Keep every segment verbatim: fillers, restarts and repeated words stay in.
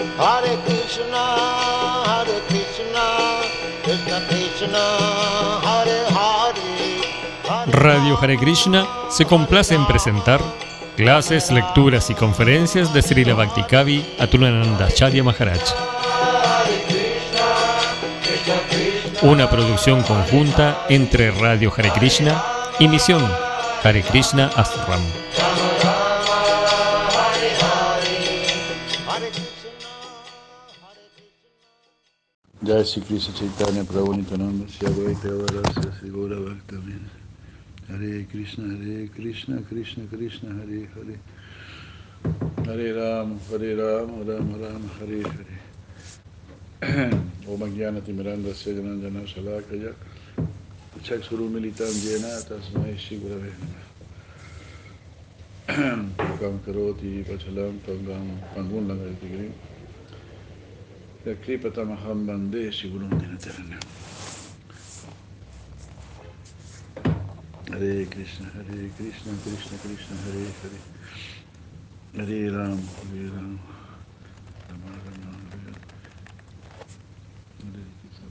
Hare Krishna, Hare Krishna, Krishna Krishna, Hare Hare. Radio Hare Krishna se complace en presentar clases, lecturas y conferencias de Srila Bhaktikavi Atulananda Acharya Maharaj. Una producción conjunta entre Radio Hare Krishna y Misión Hare Krishna Ashram. Jai Sri Krishna Chaitanya Prabhu Nityananda Sri Advaita Gadadhara Sri Gaura Bhaktavinda. Hare Krishna, Hare Krishna, Krishna Krishna, Hare Hare. Hare Rama, Hare Rama, Rama Rama, Hare Hare. Om Jnana Timirandasya Jananjana Shalakaya Chakshuru Militam Jena Tasmai Shri Gurave Namah. Kam Karoti Pachalam Pangam Pangun Langatigrim Kripatamaham Bande Shri Guru Dinatarana. Hare Krishna, Hare Krishna, Krishna Krishna, Hare Hare. Hare Ram, Hare Ram, Rama Rama, Hare Hare. Hare Krishna,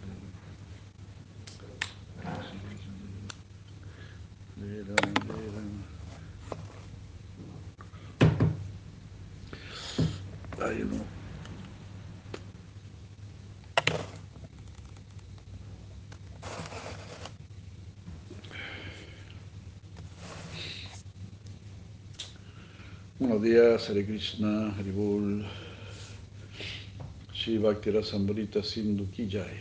Hare Ram, Hare Ram. Ay, no. Buenos días, Hare Krishna, Haribol, Shri Bhakti Rasamrita Sindhu Ki Jai.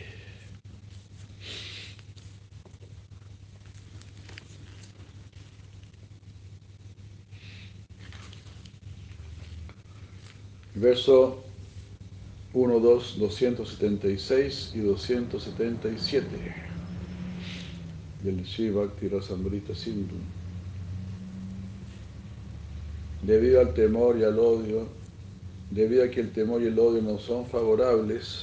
Verso uno, dos, doscientos setenta y seis y doscientos setenta y siete del Shri Bhakti Rasamrita Sindhu. Debido al temor y al odio, debido a que el temor y el odio no son favorables,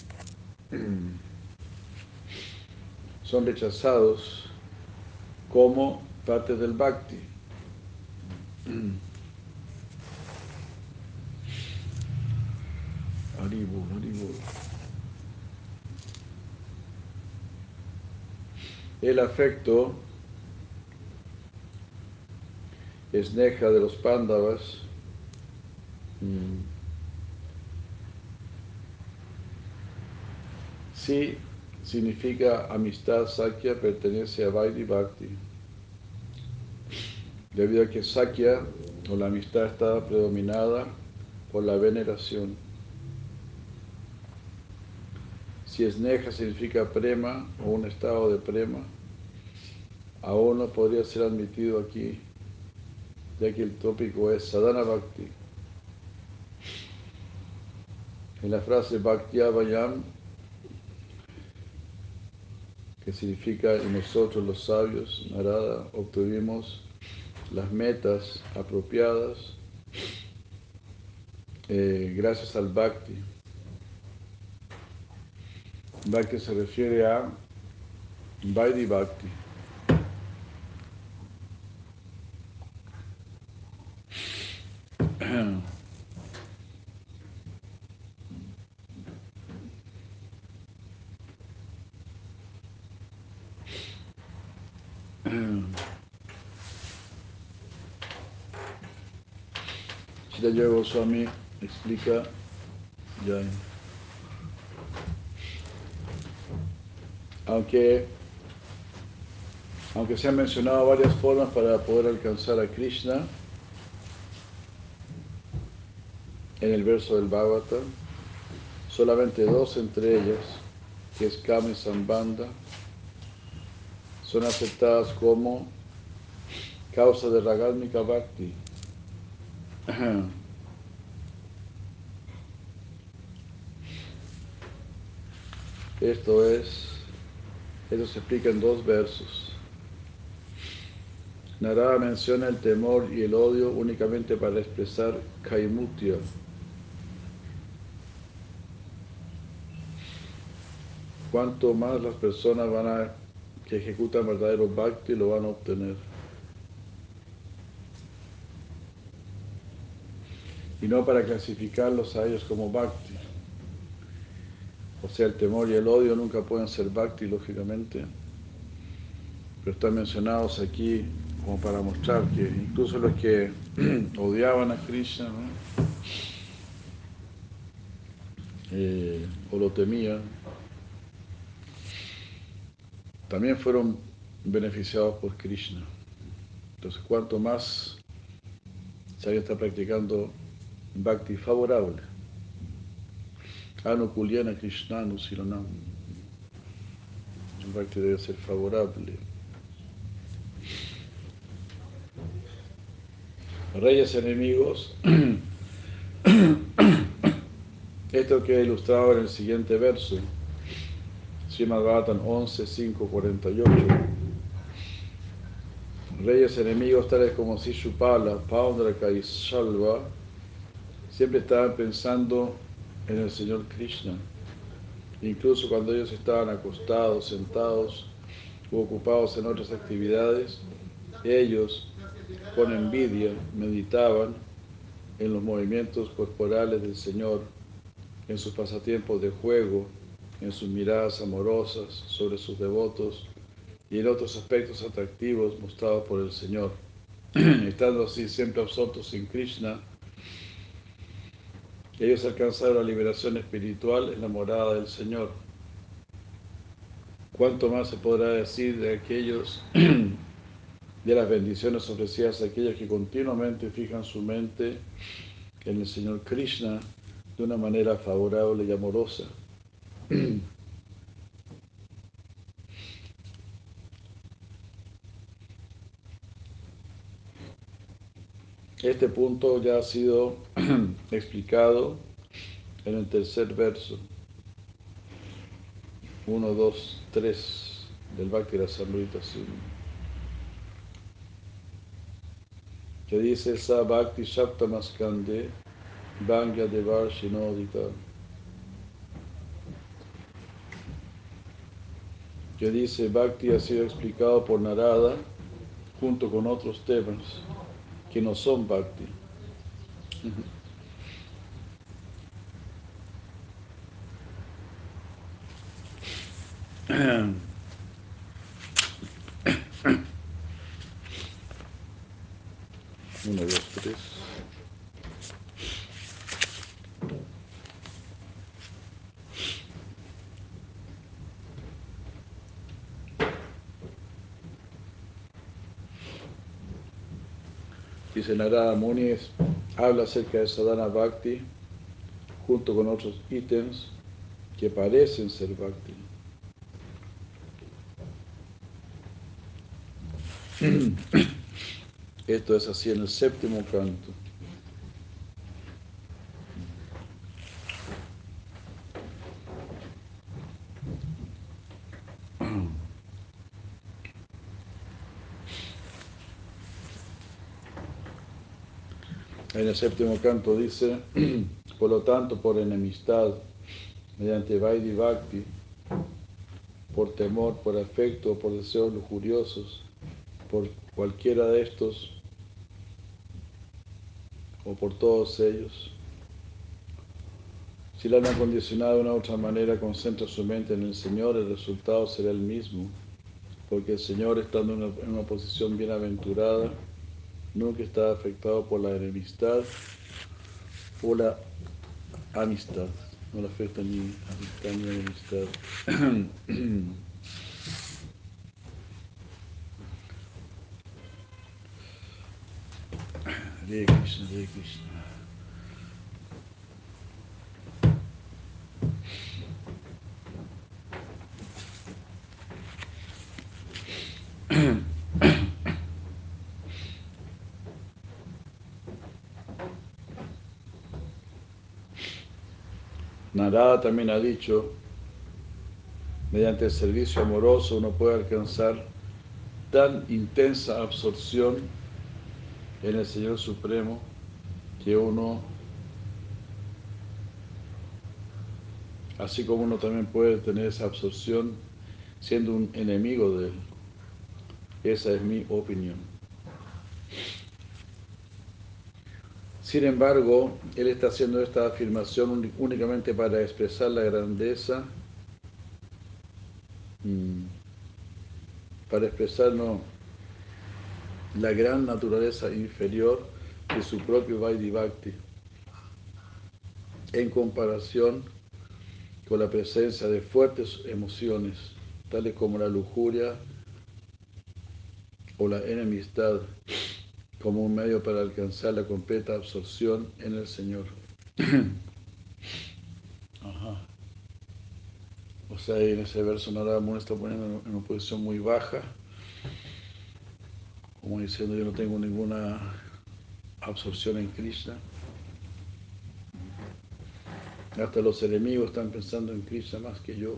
son rechazados como parte del Bhakti. Haribol, Haribol. El afecto esneja de los Pándavas mm, sí significa amistad. Sakya pertenece a Vaidhi Bhakti, debido a que Sakya o la amistad estaba predominada por la veneración. Si esneja significa prema o un estado de prema, aún no podría ser admitido aquí, ya que el tópico es Sadhana Bhakti. En la frase Bhaktya Vayam, que significa y nosotros los sabios, Narada, obtuvimos las metas apropiadas eh, gracias al Bhakti. Bhakti se refiere a Vaidhi Bhakti. Srila Yoga Goswami explica ya, aunque aunque se han mencionado varias formas para poder alcanzar a Krishna en el verso del Bhagavata, solamente dos entre ellas, que es Kama y Sambandha, son aceptadas como causa de Ragalmika Bhakti. Esto es, eso se explica en dos versos. Narada menciona el temor y el odio únicamente para expresar Kaimutya. Cuanto más las personas van a, que ejecutan verdadero Bhakti, lo van a obtener. y no para clasificarlos a ellos como bhakti. O sea, el temor y el odio nunca pueden ser bhakti, lógicamente, pero están mencionados aquí como para mostrar que incluso los que odiaban a Krishna, ¿no? eh, o lo temían, también fueron beneficiados por Krishna. Entonces, cuanto más si alguien está practicando bhakti favorable, anukulyana Krishna anusilanam, el bhakti debe ser favorable. Reyes enemigos, esto queda ilustrado en el siguiente verso, Srimad Bhagavatam once, cinco, cuarenta y ocho. Reyes enemigos tales como Sishupala, Paundraka y Shalva siempre estaban pensando en el Señor Krishna, incluso cuando ellos estaban acostados, sentados u ocupados en otras actividades. Ellos, con envidia, meditaban en los movimientos corporales del Señor, en sus pasatiempos de juego, en sus miradas amorosas sobre sus devotos y en otros aspectos atractivos mostrados por el Señor. Estando así siempre absortos en Krishna, ellos alcanzaron la liberación espiritual en la morada del Señor. ¿Cuánto más se podrá decir de aquellos, de las bendiciones ofrecidas a aquellos que continuamente fijan su mente en el Señor Krishna de una manera favorable y amorosa? Este punto ya ha sido explicado en el tercer verso, uno, dos, tres del Bhakti Rasamrita Sindhu, que dice Sa Bhakti Shaptamaskande Bhangya Devarshinodita, que dice Bhakti ha sido explicado por Narada junto con otros temas que no son Bhakti. Uno, dos, tres. Dice Narada Muni, habla acerca de Sadhana Bhakti junto con otros ítems que parecen ser Bhakti. Esto es así en el séptimo canto. En el séptimo canto dice, por lo tanto, por enemistad, mediante Vaidhi Bhakti, por temor, por afecto o por deseos lujuriosos, por cualquiera de estos o por todos ellos, si la han acondicionado de una u otra manera concentra su mente en el Señor, el resultado será el mismo, porque el Señor, estando en una, en una posición bienaventurada, nunca está afectado por la enemistad o la amistad. No le afecta ni amistad ni enemistad. Hare Krishna, Hare Krishna. Narada también ha dicho, mediante el servicio amoroso uno puede alcanzar tan intensa absorción en el Señor Supremo que uno, así como uno también puede tener esa absorción siendo un enemigo de Él. Esa es mi opinión. Sin embargo, él está haciendo esta afirmación únicamente para expresar la grandeza, para expresarnos la gran naturaleza inferior de su propio Vaidhi Bhakti, en comparación con la presencia de fuertes emociones, tales como la lujuria o la enemistad, como un medio para alcanzar la completa absorción en el Señor. Ajá. O sea, en ese verso Narada Muni está poniendo en una posición muy baja, como diciendo yo no tengo ninguna absorción en Krishna. Hasta los enemigos están pensando en Krishna más que yo.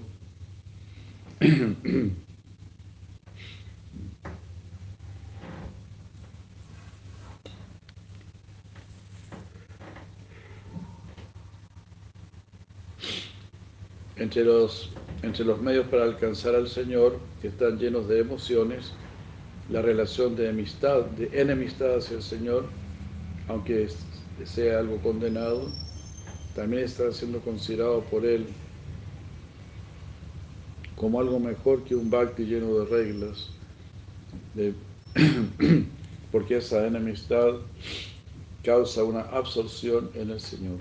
Entre los, entre los medios para alcanzar al Señor, que están llenos de emociones, la relación de amistad, de enemistad hacia el Señor, aunque sea algo condenado, también está siendo considerado por Él como algo mejor que un bhakti lleno de reglas, de, porque esa enemistad causa una absorción en el Señor.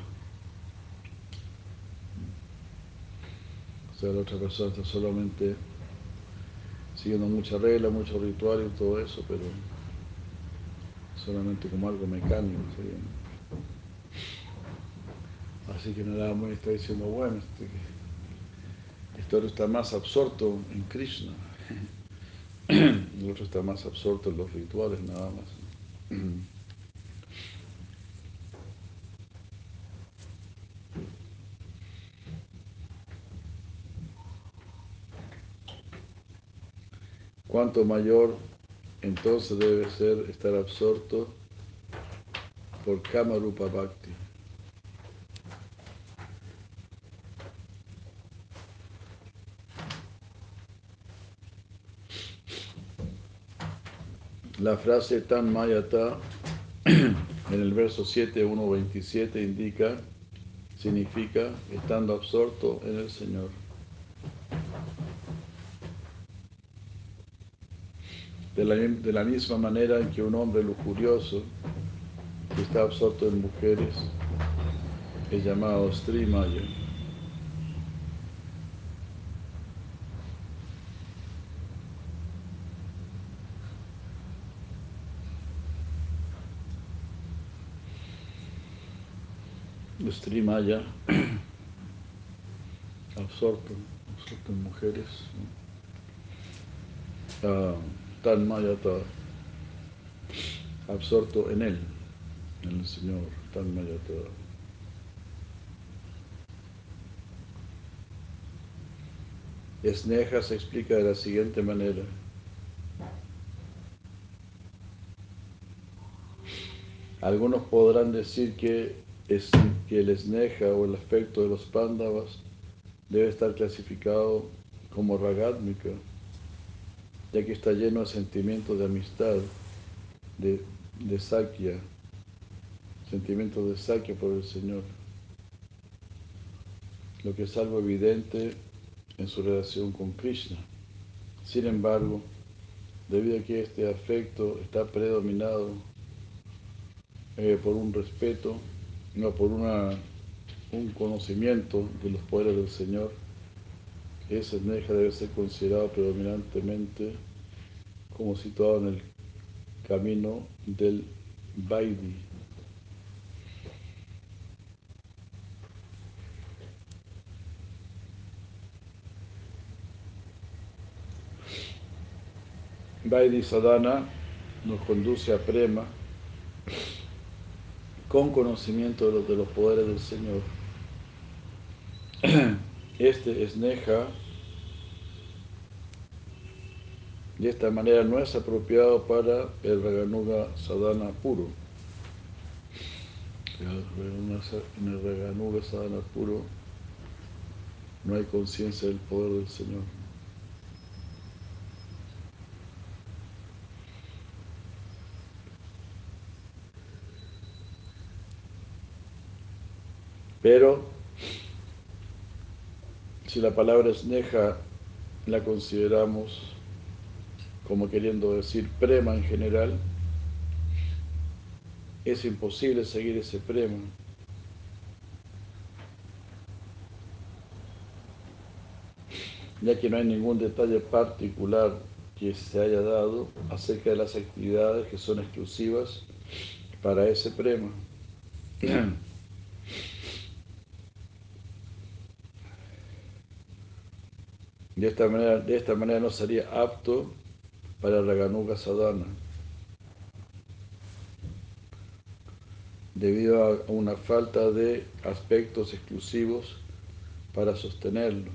O sea, la otra persona está solamente siguiendo mucha regla, mucho ritual y todo eso, pero solamente como algo mecánico. ¿Sí? Así que Narada Muni está diciendo, bueno, este, este otro está más absorto en Krishna, el otro está más absorto en los rituales nada más. Cuánto mayor entonces debe ser estar absorto por Kama Rupa Bhakti. La frase Tan Mayata en el verso siete, uno, veintisiete indica, significa estando absorto en el Señor. De la, de la misma manera en que un hombre lujurioso que está absorto en mujeres es llamado Strimaya. Strimaya, absorto, absorto en mujeres. Uh, Tan Mayata, absorto en Él, en el Señor, Tan Mayata. Sneha se explica de la siguiente manera. Algunos podrán decir que, es, que el Sneha o el afecto de los Pándavas debe estar clasificado como Ragatmika, ya que está lleno de sentimientos de amistad, de, de Sakya, sentimientos de Sakya por el Señor, lo que es algo evidente en su relación con Krishna. Sin embargo, debido a que este afecto está predominado eh, por un respeto, no por una, un conocimiento de los poderes del Señor, ese Sneha debe ser considerado predominantemente como situado en el camino del Vaidhi. Vaidhi Sadhana nos conduce a Prema con conocimiento de los, de los poderes del Señor. Este Sneha de esta manera no es apropiado para el Raganuga Sadhana puro. En el Raganuga Sadhana puro no hay conciencia del poder del Señor. Pero si la palabra sneha la consideramos como queriendo decir prema en general, es imposible seguir ese prema. Ya que no hay ningún detalle particular que se haya dado acerca de las actividades que son exclusivas para ese prema. De esta manera, de esta manera no sería apto para Raganuga Sadhana, debido a una falta de aspectos exclusivos para sostenerlo.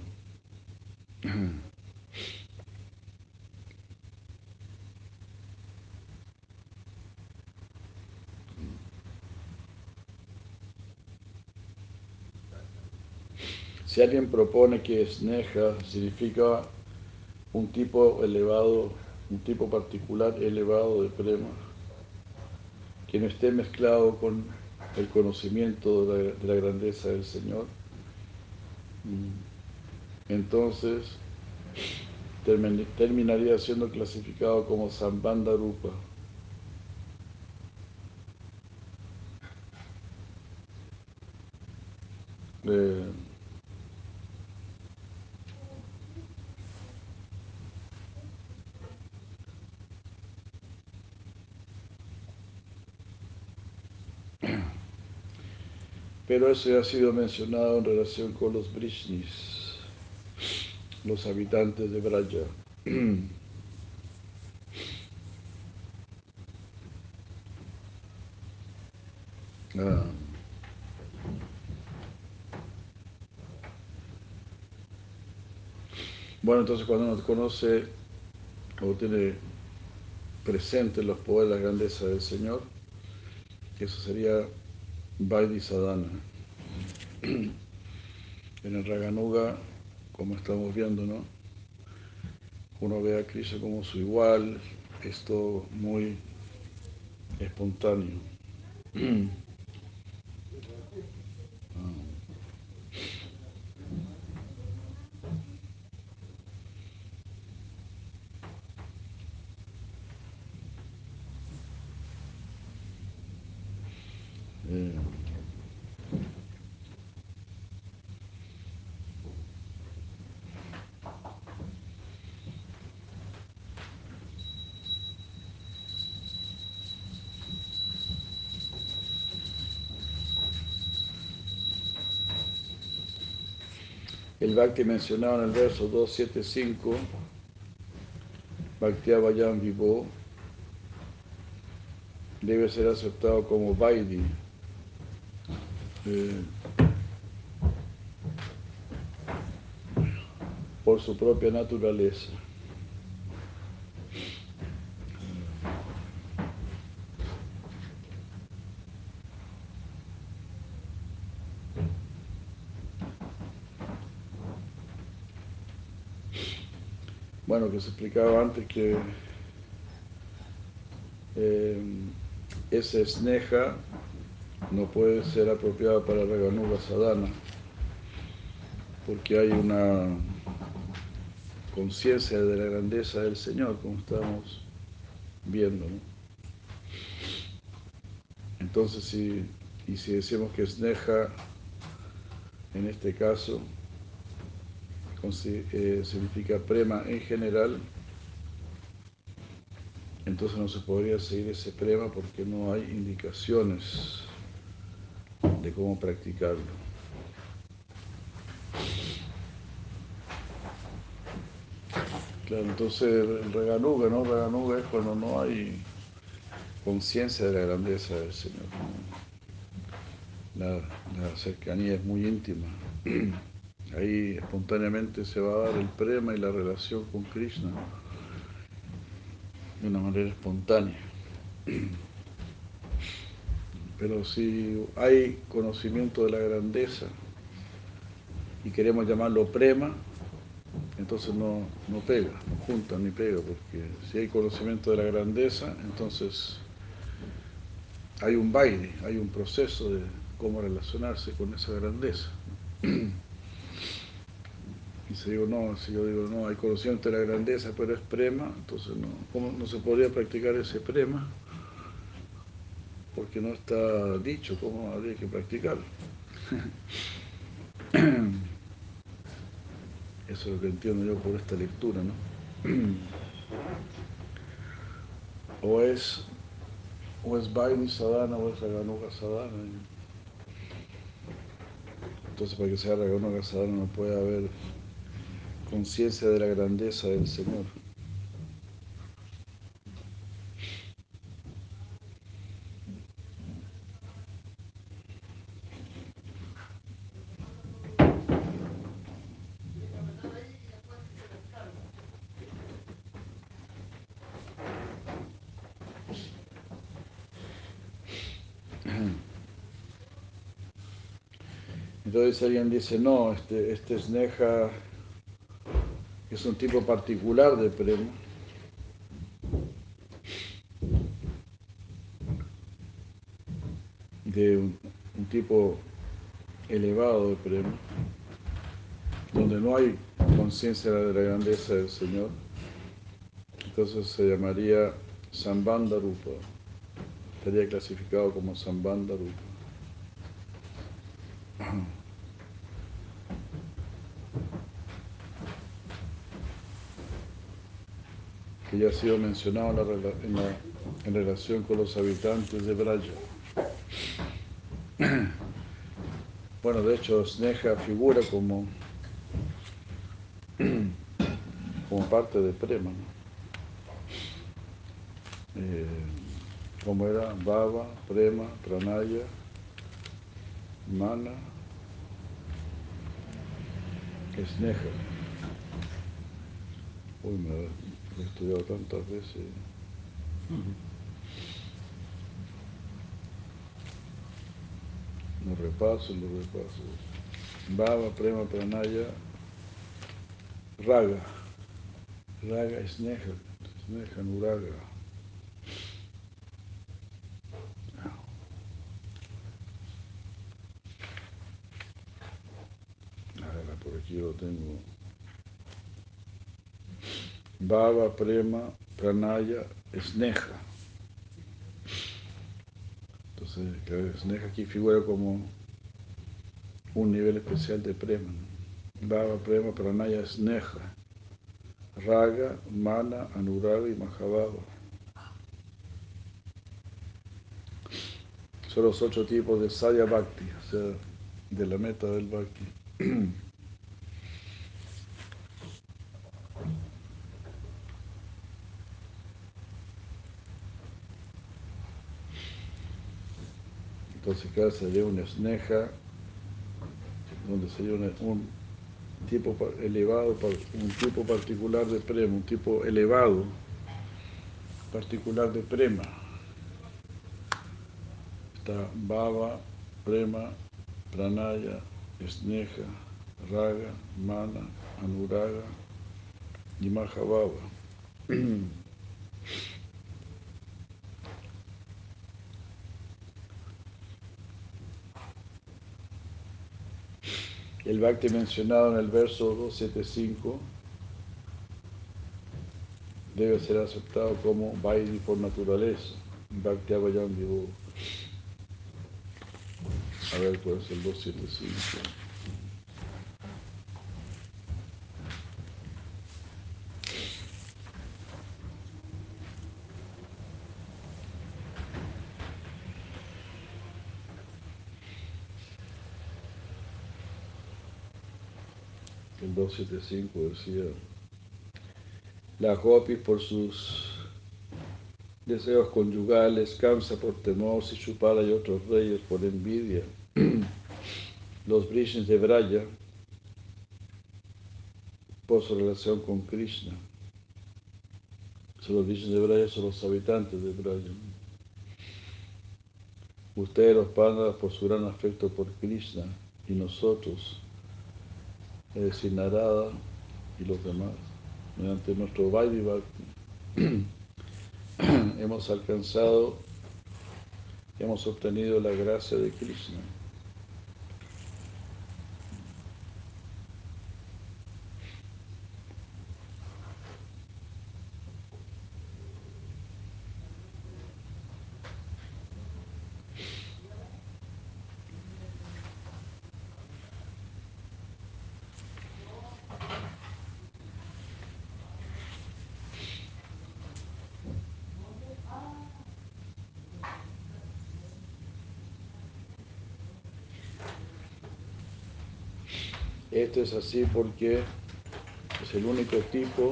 Si alguien propone que sneha significa un tipo elevado, un tipo particular elevado de prema, que no esté mezclado con el conocimiento de la, de la grandeza del Señor, entonces termin, terminaría siendo clasificado como Sambandha Rupa. Eh, pero eso ya ha sido mencionado en relación con los Vrishnis, los habitantes de Braja. ah. Bueno, entonces cuando uno conoce o tiene presente los poderes, la grandeza del Señor, eso sería Vaidhi Sadhana. En el Raganuga, como estamos viendo, ¿no? Uno ve a Krishna como su igual, es todo muy espontáneo. eh, el Bhakti mencionado en el verso doscientos setenta y cinco, Bhaktiya Vayam Vivo, debe ser aceptado como Vaidhi, eh, por su propia naturaleza. Bueno, que se explicaba antes que eh, ese sneha no puede ser apropiado para Raganuga Sadhana, porque hay una conciencia de la grandeza del Señor, como estamos viendo, ¿no? Entonces, si, y si decimos que sneha, en este caso, eh, significa prema en general, entonces no se podría seguir ese prema porque no hay indicaciones de cómo practicarlo. Claro, entonces el Raganuga, ¿no? Raganuga es cuando no hay conciencia de la grandeza del Señor. La, la cercanía es muy íntima. Ahí espontáneamente se va a dar el prema y la relación con Krishna de una manera espontánea. Pero si hay conocimiento de la grandeza y queremos llamarlo prema, entonces no, no pega, no junta ni pega, porque si hay conocimiento de la grandeza, entonces hay un baile, hay un proceso de, cómo relacionarse con esa grandeza. Y si digo, no, si yo digo, no, hay conocimiento de la grandeza, pero es prema, entonces no, ¿cómo no se podría practicar ese prema? Porque no está dicho cómo habría que practicarlo. Eso es lo que entiendo yo por esta lectura, ¿no? O es, o es Vaini Sadhana o es Raganuga Sadhana. Entonces, para que sea Raganuga Sadhana no puede haber conciencia de la grandeza del Señor. Entonces alguien dice, no, este, este Sneha es un tipo particular de prema. De un, un tipo elevado de prema, donde no hay conciencia de la grandeza del Señor. Entonces se llamaría Sambandha Rupa. Estaría clasificado como Sambandha Rupa. Que ya ha sido mencionado en, la, en, la, en relación con los habitantes de Braja. Bueno, de hecho, Sneha figura como, como parte de prema, ¿no? Eh, como era Bhava, Prema, Pranaya, Mana, Sneha. Uy, me lo he estudiado tantas veces. Lo repaso, lo repaso. Bhava, Prema, Pranaya, Raga. Raga, Sneha, Sneha, Nuraga. A ver, por aquí lo tengo. Bhava, Prema, Pranaya, Sneha. Entonces, claro, Sneha aquí figura como un nivel especial de prema, ¿no? Bhava, Prema, Pranaya, Sneha. Raga, Mana, Anuraga y Mahabhava. Son los ocho tipos de Saya Bhakti, o sea, de la meta del Bhakti. Entonces, acá sería una Sneha, donde sería una, un tipo elevado, un tipo particular de prema, un tipo elevado, particular de prema. Está Bhava, Prema, Pranaya, Sneha, Raga, Mana, Anuraga y Mahabhava. El Bhakti mencionado en el verso doscientos setenta y cinco debe ser aceptado como Vaidhi por naturaleza. Bhakti Avayam Vivo. A ver, ¿cuál es el doscientos setenta y cinco? El doscientos setenta y cinco decía, la Gopis por sus deseos conyugales, Kamsa por temor, Shishupala y otros reyes por envidia, los Vrishnis de Braja por su relación con Krishna. Los Vrishnis de Braja son los habitantes de Braja. Ustedes los Pandavas por su gran afecto por Krishna y nosotros, es decir, Narada y los demás, mediante nuestro Vaidhi Bhakti, hemos alcanzado, hemos obtenido la gracia de Krishna. Esto es así porque es el único tipo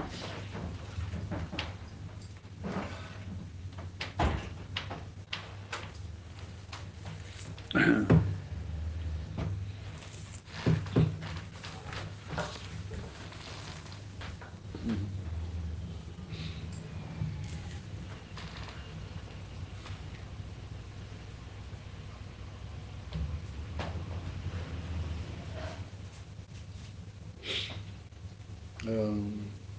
um,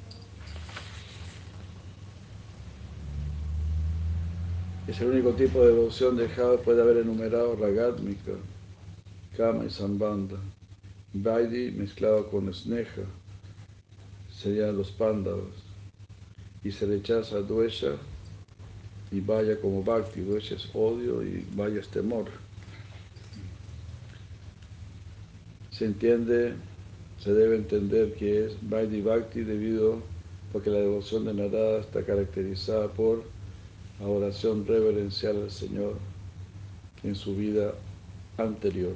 es el único tipo de devoción dejado después de haber enumerado Ragátmika, Kama y Sambandha. Vaidhi mezclado con Sneha serían los Pándavas. Y se rechaza Dvesha y Vaya como Bhakti. Dvesha es odio y Vaya es temor. Se entiende, se debe entender que es Vaidhi Bhakti debido porque la devoción de Narada está caracterizada por adoración reverencial al Señor en su vida anterior.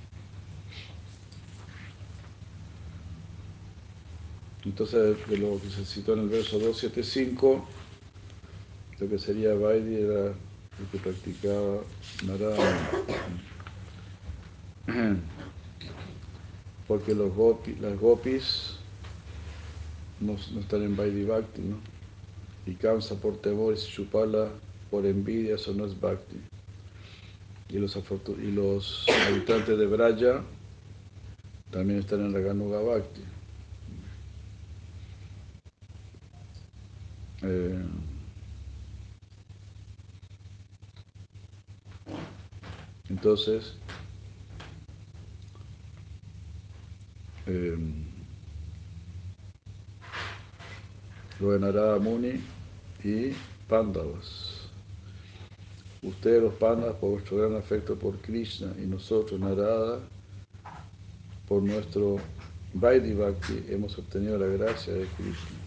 Entonces, de lo que se citó en el verso doscientos setenta y cinco, lo que sería Vaidhi era lo que practicaba Narada. Porque los gopi, las gopis no, no están en Vaidhi Bhakti, ¿no? Y Kamsa por temor y Shupala por envidia, eso no es Bhakti. Y los, y los habitantes de Braya también están en Raganuga Bhakti. Eh, entonces, eh, lo de Narada Muni y Pándavas. Ustedes los Pándavas por vuestro gran afecto por Krishna y nosotros, Narada, por nuestro Vaidhi Bhakti, hemos obtenido la gracia de Krishna.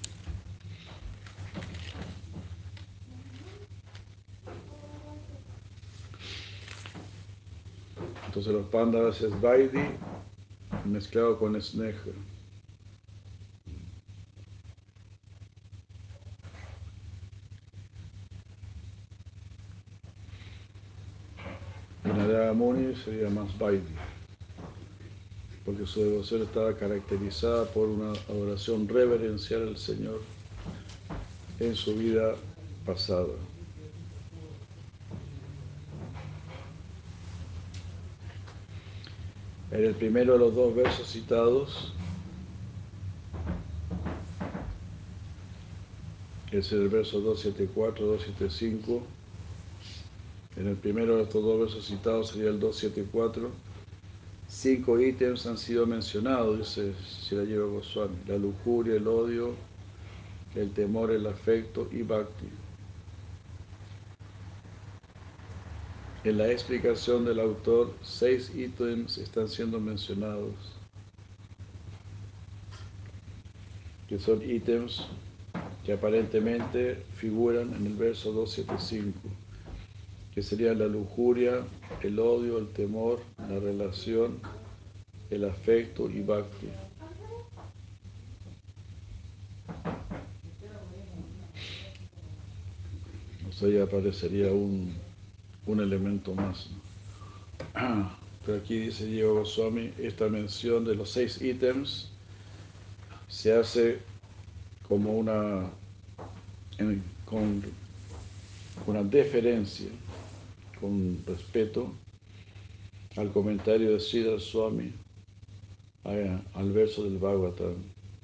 Entonces los Pándavas es Vaidhi mezclado con Sneha. Y Narada Muni sería más Vaidhi, porque su devoción estaba caracterizada por una adoración reverencial al Señor en su vida pasada. En el primero de los dos versos citados, es el verso doscientos setenta y cuatro, doscientos setenta y cinco. En el primero de estos dos versos citados sería el doscientos setenta y cuatro. Cinco ítems han sido mencionados, dice Srila Jiva Goswami: la lujuria, el odio, el temor, el afecto y bhakti. En la explicación del autor, seis ítems están siendo mencionados, que son ítems que aparentemente figuran en el verso doscientos setenta y cinco, que serían la lujuria, el odio, el temor, la relación, el afecto y bhakti. O sea, ya aparecería un, un elemento más, ¿no? Pero aquí dice Jiva Goswami, esta mención de los seis ítems se hace como una, en, con una deferencia, con respeto al comentario de Sridhar Swami al verso del Bhagavatam.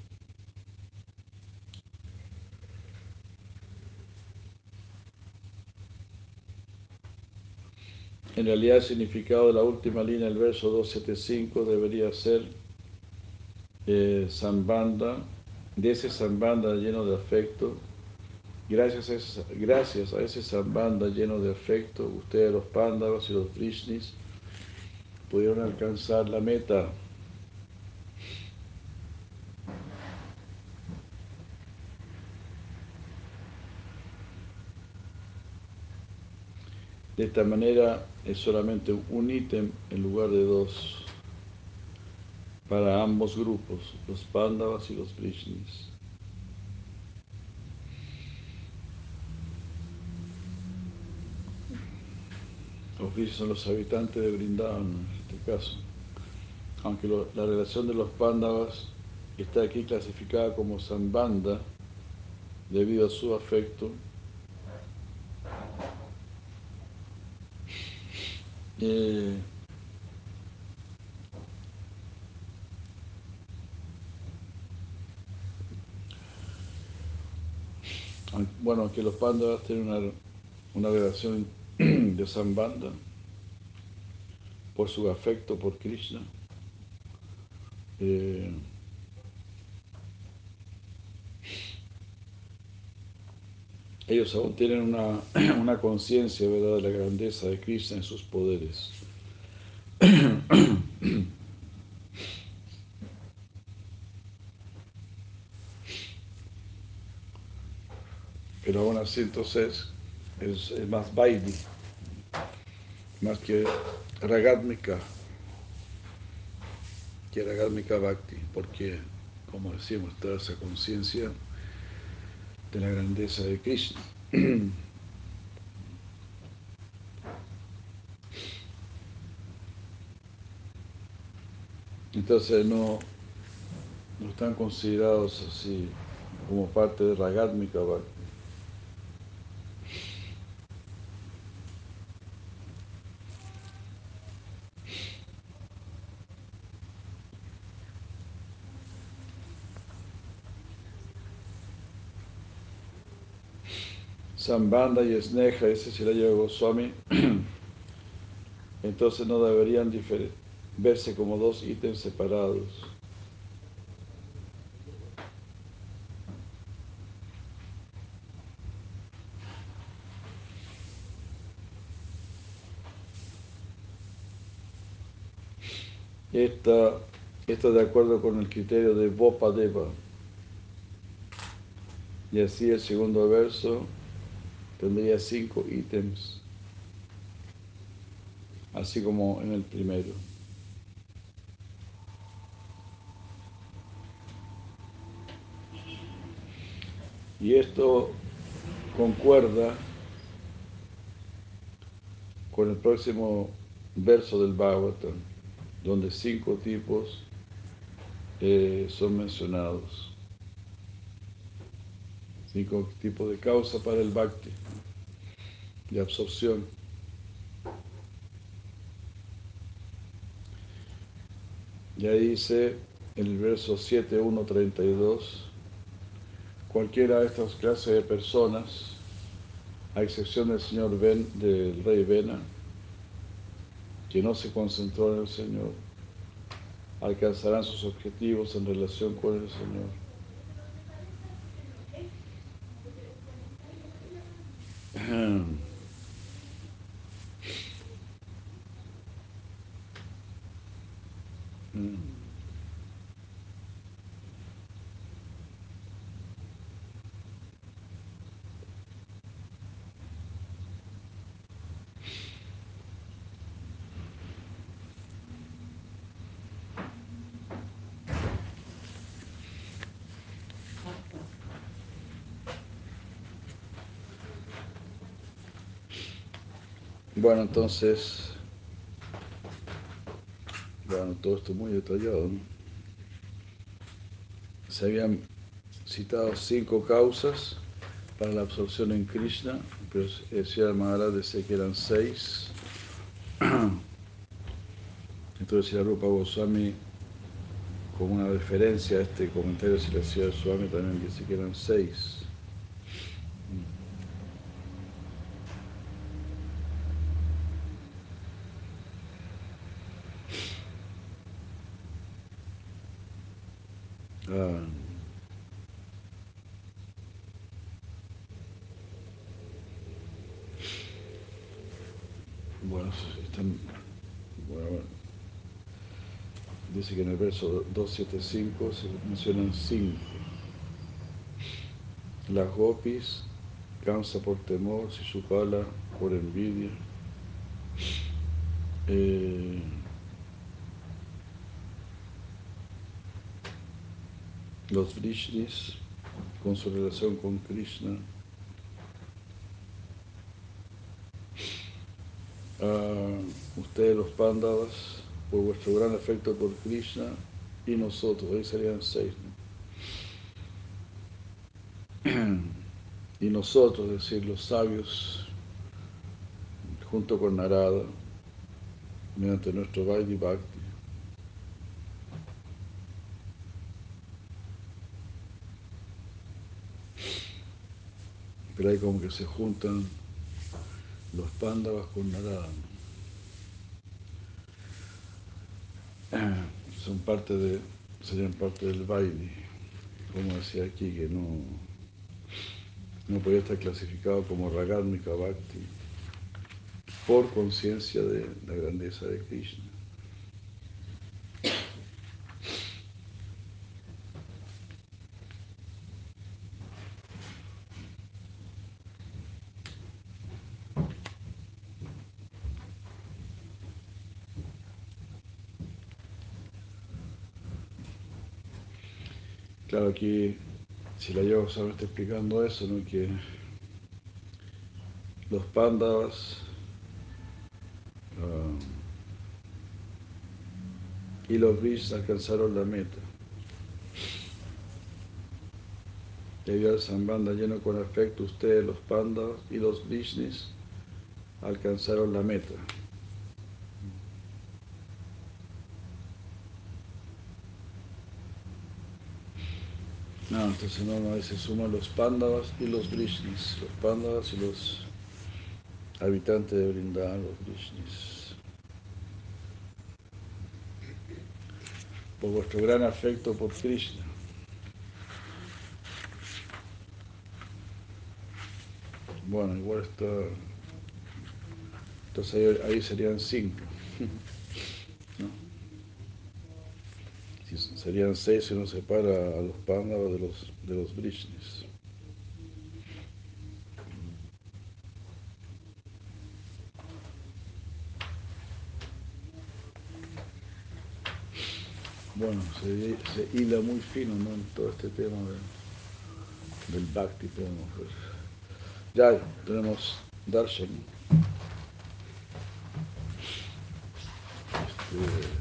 En realidad el significado de la última línea del verso doscientos setenta y cinco debería ser eh, Sambandha, de ese Sambandha lleno de afecto. Gracias a ese, gracias a ese Sambandha lleno de afecto, ustedes los Pándavas y los Vrishnis pudieron alcanzar la meta. De esta manera es solamente un ítem en lugar de dos. para ambos grupos, los Pándavas y los Vrishnis. Los Vrishnis son los habitantes de Vrindavan, en este caso. Aunque lo, la relación de los Pándavas está aquí clasificada como Sambandha debido a su afecto, eh, bueno, aunque los Pándavas tienen una, una relación de Sambandha por su afecto por Krishna, eh, ellos aún tienen una, una conciencia, ¿verdad?, de la grandeza de Krishna en sus poderes. Pero aún así entonces es, es más Vaidhi, más que Ragatmika, que Ragatmika Bhakti, porque, como decimos, toda esa conciencia de la grandeza de Krishna. Entonces no, no están considerados así como parte de Ragatmika Bhakti. Sambandha y Sneha, ese es el Yoga Goswami, entonces no deberían verse como dos ítems separados. Esta, esto de acuerdo con el criterio de Vopadeva. Y así el segundo verso tendría cinco ítems, así como en el primero. Y esto concuerda con el próximo verso del Bhagavatam, donde cinco tipos eh, son mencionados. Cinco tipos de causa para el bhakti, de absorción. Y ahí dice en el verso siete, uno, treinta y dos, cualquiera de estas clases de personas, a excepción del señor Ben, del rey Vena, que no se concentró en el Señor, alcanzarán sus objetivos en relación con el Señor. Bueno, entonces, bueno, todo esto muy detallado, ¿no? Se habían citado cinco causas para la absorción en Krishna, pero decía Maharaj decía que eran seis. Entonces la Rupa Goswami, como una referencia a este comentario de la Srila Swami, también dice que eran seis. Ah. Bueno, están, bueno, bueno, dice que en el verso doscientos setenta y cinco se mencionan cinco. Las gopis, Kamsa por temor, Shishupala por envidia, eh, los Vrishnis con su relación con Krishna, uh, ustedes los Pándavas por vuestro gran afecto por Krishna y nosotros, ahí serían seis, ¿no? Y nosotros, es decir, los sabios, junto con Narada, mediante nuestro Vaidhi Bhakti. Pero ahí como que se juntan los Pándavas con Narada. Son parte de, serían parte del Vaidhi, como decía aquí, que no, no podía estar clasificado como Ragarmika Bhakti por conciencia de la grandeza de Krishna. Claro, aquí Srila Yoga Goswami está explicando eso, ¿no? Que los Pándavas uh, y los Vrishnis alcanzaron la meta. Debido al Sambandha lleno con afecto, ustedes, los Pándavas y los Vrishnis, alcanzaron la meta. No, entonces no, no, ahí se suman los Pándavas y los Vrishnis, los Pándavas y los habitantes de Vrindavan, los Vrishnis. Por vuestro gran afecto por Krishna. Bueno, igual está. Entonces ahí, ahí serían cinco. ¿No? Si serían seis si uno separa a los Pándavas de los, de los Vrishnis. Bueno, se, se hila muy fino, ¿no? En todo este tema de, del Bhakti. Podemos ver. Ya tenemos Darshan. Este,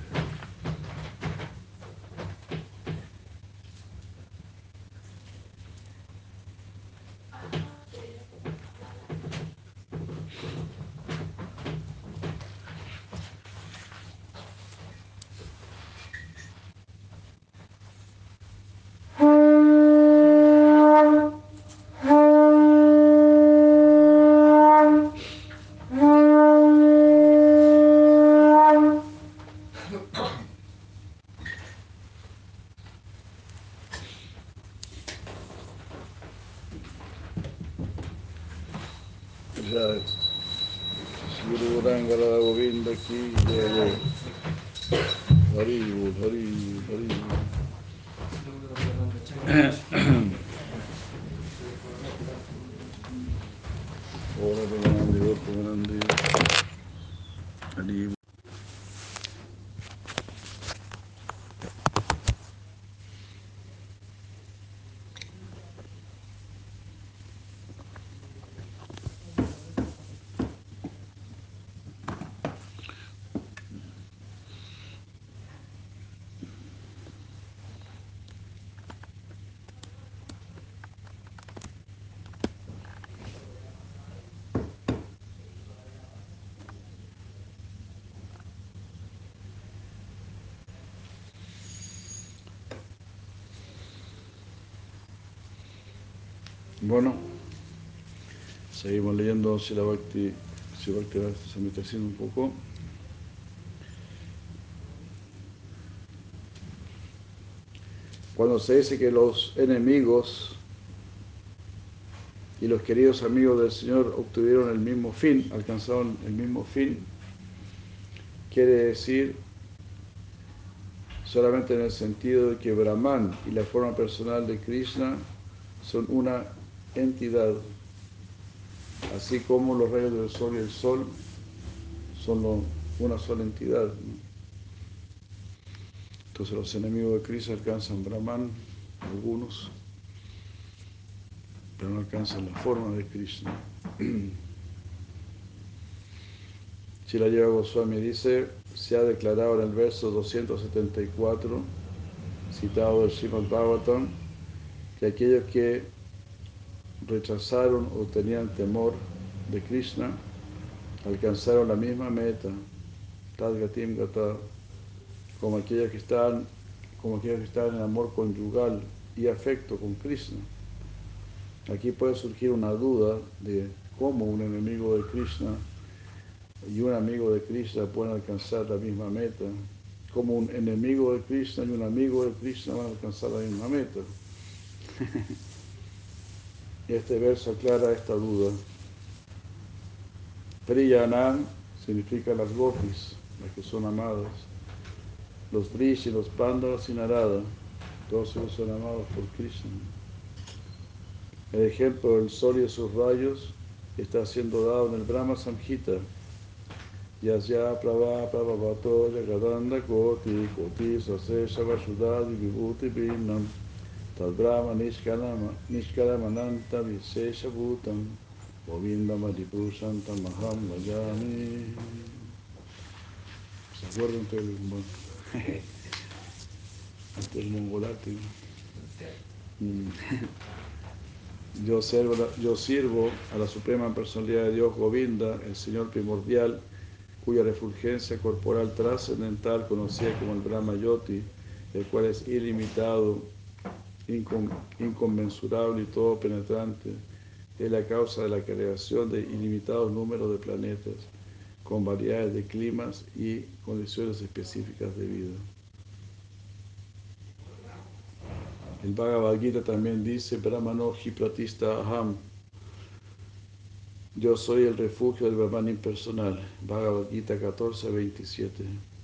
Guru Rangala Govinda ki jai. Hari Bol, Hari Hari Ora Premanandi, Ora Premanandi, Hari. Bueno, seguimos leyendo Srila Bhakti, Srila Bhakti Samhita un poco. Cuando se dice que los enemigos y los queridos amigos del Señor obtuvieron el mismo fin, alcanzaron el mismo fin, quiere decir solamente en el sentido de que Brahman y la forma personal de Krishna son una entidad, así como los rayos del sol y el sol son lo, una sola entidad, ¿no? Entonces los enemigos de Krishna alcanzan Brahman algunos, pero no alcanzan la forma de Krishna. Srila Jiva Goswami dice, se ha declarado en el verso doscientos setenta y cuatro, citado del Srimad Bhagavatam, que aquellos que rechazaron o tenían temor de Krishna alcanzaron la misma meta, Tadgatim Gata, como aquellos que están, como aquellos que están en amor conyugal y afecto con Krishna. Aquí puede surgir una duda de cómo un enemigo de Krishna y un amigo de Krishna pueden alcanzar la misma meta, como un enemigo de Krishna y un amigo de Krishna van a alcanzar la misma meta. Y este verso aclara esta duda. Priyanam significa las gopis, las que son amadas. Los Vrishi, los Pandavas y Narada, todos ellos son amados por Krishna. El ejemplo del sol y sus rayos está siendo dado en el Brahma Samhita. Yasya prabha prabhavato jagadanda koti koti sase shavasudadi vibhuti bhinnam tad brahma nishkalama nishkalamananta visesha bhutam govindam adipushantam aham vajami. ¿Se acuerdan del, del mongolarte? Mm. Yo sirvo, yo sirvo a la Suprema Personalidad de Dios Govinda, el Señor primordial, cuya refulgencia corporal trascendental, conocida como el Brahma Yoti, el cual es ilimitado, incon, inconmensurable y todo penetrante, es la causa de la creación de ilimitados números de planetas, con variedades de climas y condiciones específicas de vida. El Bhagavad Gita también dice, Brahmanoji Pratista Aham, yo soy el refugio del Brahman impersonal. Bhagavad Gita catorce veintisiete.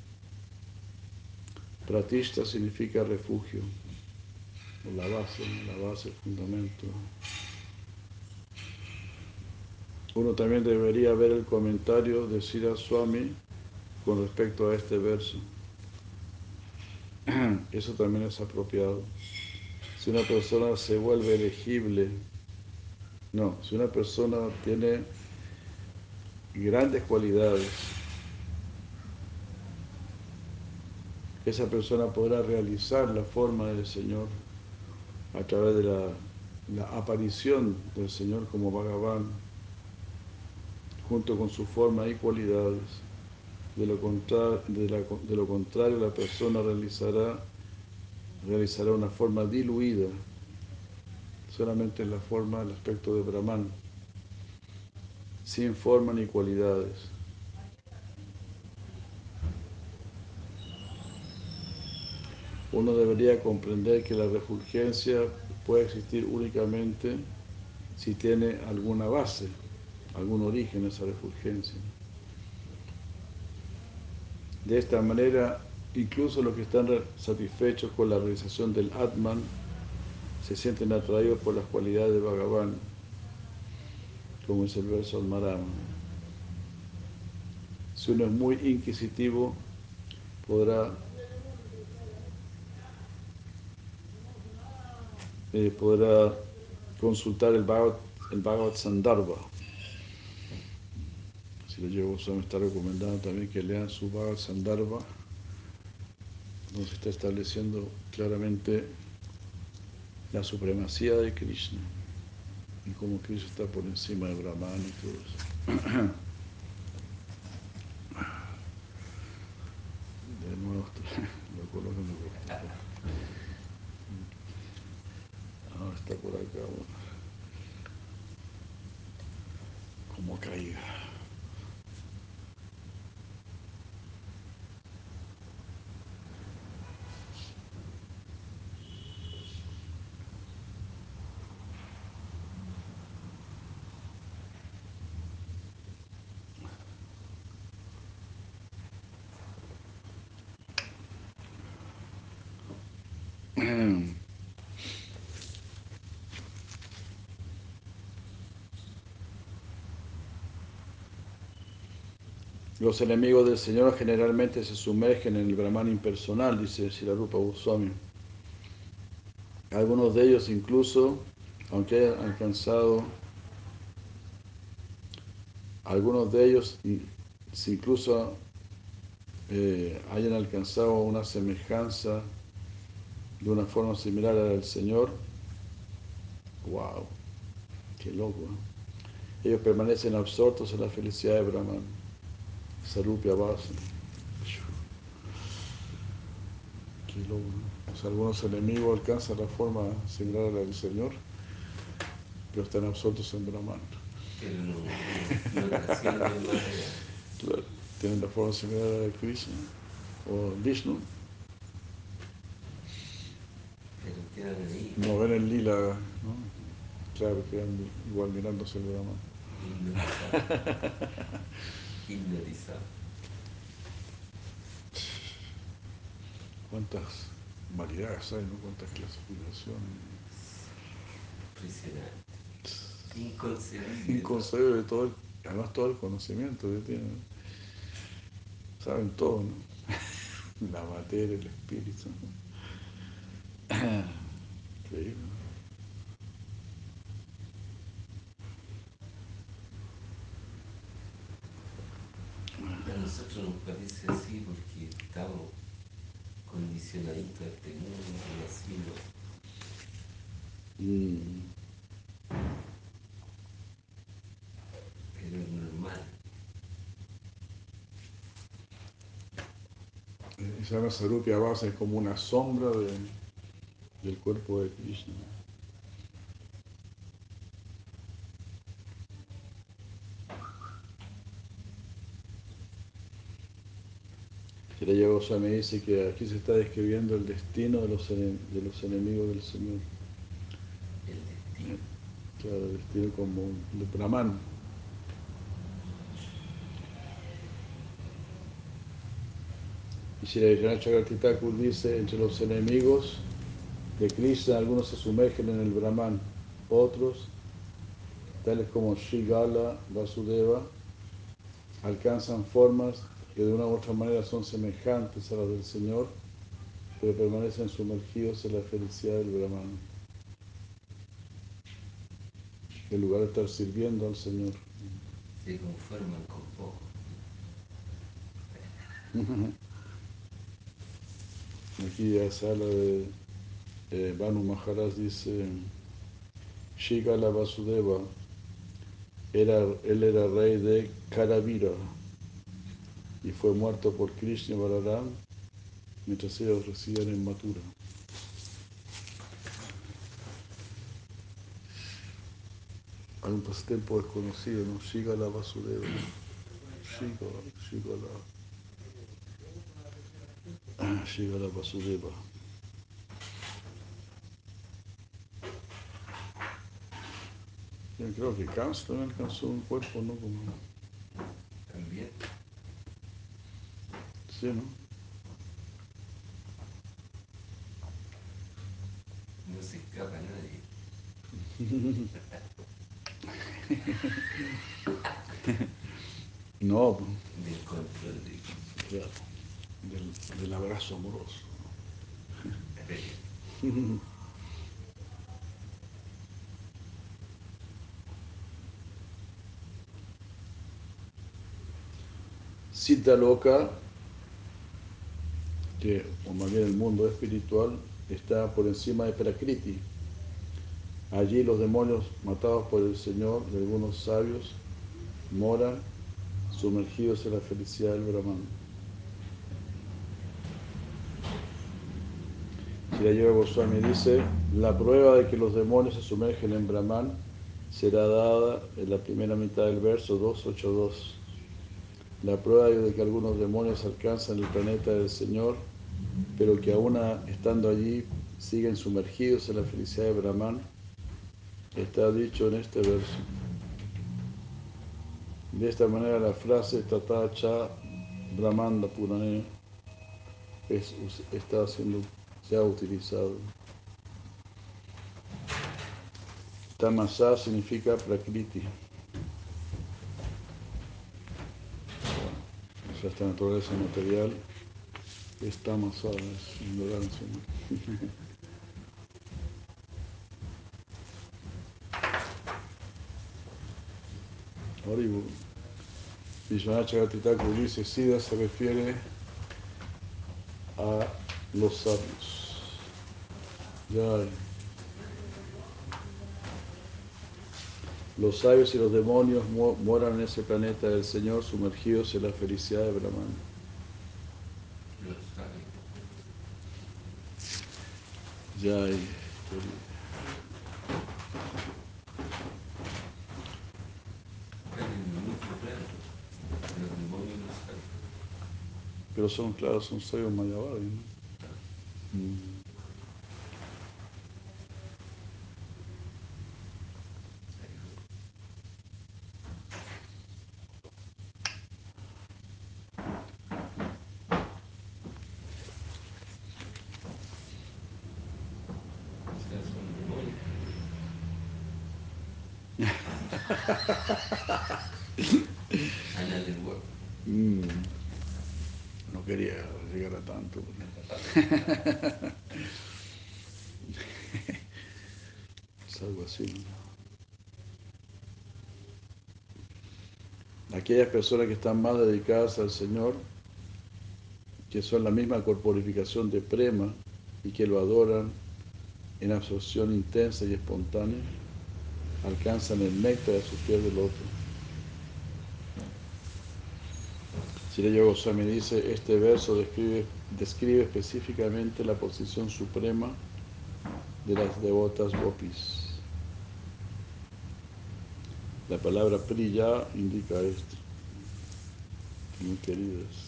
Pratishta significa refugio, la base, la base, el fundamento. Uno también debería ver el comentario de Srila Swami con respecto a este verso. Eso también es apropiado. Si una persona se vuelve elegible, no, si una persona tiene grandes cualidades, esa persona podrá realizar la forma del Señor a través de la, la aparición del Señor como Bhagavan, junto con su forma y cualidades. De lo, contra, de, la, de lo contrario, la persona realizará, realizará una forma diluida, solamente en la forma, el aspecto de Brahman, sin forma ni cualidades. Uno debería comprender que la refulgencia puede existir únicamente si tiene alguna base, algún origen esa refulgencia. De esta manera, incluso los que están satisfechos con la realización del Atman se sienten atraídos por las cualidades de Bhagavan, como es el verso Almarama. Si uno es muy inquisitivo, podrá, eh, podrá consultar el Bhagavad, el Bhagavad Sandarbha. Si lo llevo, me está recomendando también que lean su Bhagavad Sandarbha, donde se está estableciendo claramente la supremacía de Krishna y cómo Krishna está por encima de Brahman y todo eso. De nuevo, lo coloco en el bosque. Ahora está por acá, bueno. Como caiga. Los enemigos del Señor generalmente se sumergen en el Brahman impersonal, dice Srila Rupa Goswami. Algunos de ellos incluso, aunque hayan alcanzado, algunos de ellos, si incluso eh, hayan alcanzado una semejanza de una forma similar a la del Señor, wow, qué loco, ¿eh? Ellos permanecen absortos en la felicidad de Brahman, Sarupya Vasa. Qué loco, ¿no? O sea, algunos enemigos alcanzan la forma similar a la del Señor, pero están absortos en Brahman. Pero no, no, no trascienden más allá. Claro, tienen la forma similar a la de Krishna o Vishnu. Pero quedan ahí. No ven el lila, ¿no? Claro, quedan igual mirándose el Brahman. Hipnotizado. Hipnotizado. Cuántas variedades hay, ¿no? Cuántas clasificaciones. Impresionante. Inconcebible. Inconcebible todo el, además todo el conocimiento que tienen. Saben todo, ¿no? La materia, el espíritu. Increíble. A nosotros nos parece así porque estamos condicionaditos a este mundo, así, ¿no? Mm. Pero es normal. Se llama Sarupya Vasa, es como una sombra de, del cuerpo de Krishna. Shiraya Goswami dice que aquí se está describiendo el destino de los, de los enemigos del Señor. El destino. Claro, el destino como de Brahman. Y Shri Chakravarti Thakur dice, entre los enemigos de Krishna, algunos se sumergen en el Brahman, otros, tales como Shrigala, Vasudeva, alcanzan formas que de una u otra manera son semejantes a las del Señor, pero permanecen sumergidos en la felicidad del Brahman, en lugar de estar sirviendo al Señor. Se conforman con poco. Aquí ya se habla de eh, Banu Maharaj, dice Shrigala Vasudeva, era, él era rey de Karavira y fue muerto por Krishna y Balaram mientras ellos residían en Mathura. Hay un pasatiempo desconocido, ¿no? Shrigala Vasudeva. Shrigala, Shrigala. Shrigala Vasudeva. Yo creo que Kamsa también alcanzó un cuerpo, ¿no? Como, También. sí, ¿no? No se escapa nadie. No, pues, Del control de claro, del, del abrazo amoroso. Siddha Loka, que o más bien el mundo espiritual, está por encima de Prakriti. Allí los demonios matados por el Señor de algunos sabios moran sumergidos en la felicidad del Brahman. Shiraya Goswami dice, la prueba de que los demonios se sumergen en Brahman será dada en la primera mitad del verso doscientos ochenta y dos. La prueba de que algunos demonios alcanzan el planeta del Señor, pero que aún estando allí siguen sumergidos en la felicidad de Brahman, está dicho en este verso. De esta manera la frase Tata Cha Brahmanda Purane es, está siendo, se ha utilizado. Tamasa significa Prakriti. O sea, esta naturaleza material es tamasa, es ignorancia, ¿no? Haribu. Vishwanath Chakravarti Thakur dice, Siddha se refiere a los sabios. Ya. Los sabios y los demonios moran en ese planeta del Señor, sumergidos en la felicidad de Brahman. Los sabios. Ya. Pero son, claro, son sabios mayavadis, ¿no? Mm. Mm. No quería llegar a tanto. Es algo así, ¿no? Aquellas personas que están más dedicadas al Señor, que son la misma corporificación de Prema y que lo adoran en absorción intensa y espontánea, alcanzan el néctar de sus pies del loto. Srila Yoga Goswami dice, este verso describe, describe específicamente la posición suprema de las devotas gopis. La palabra priya indica esto, muy queridas.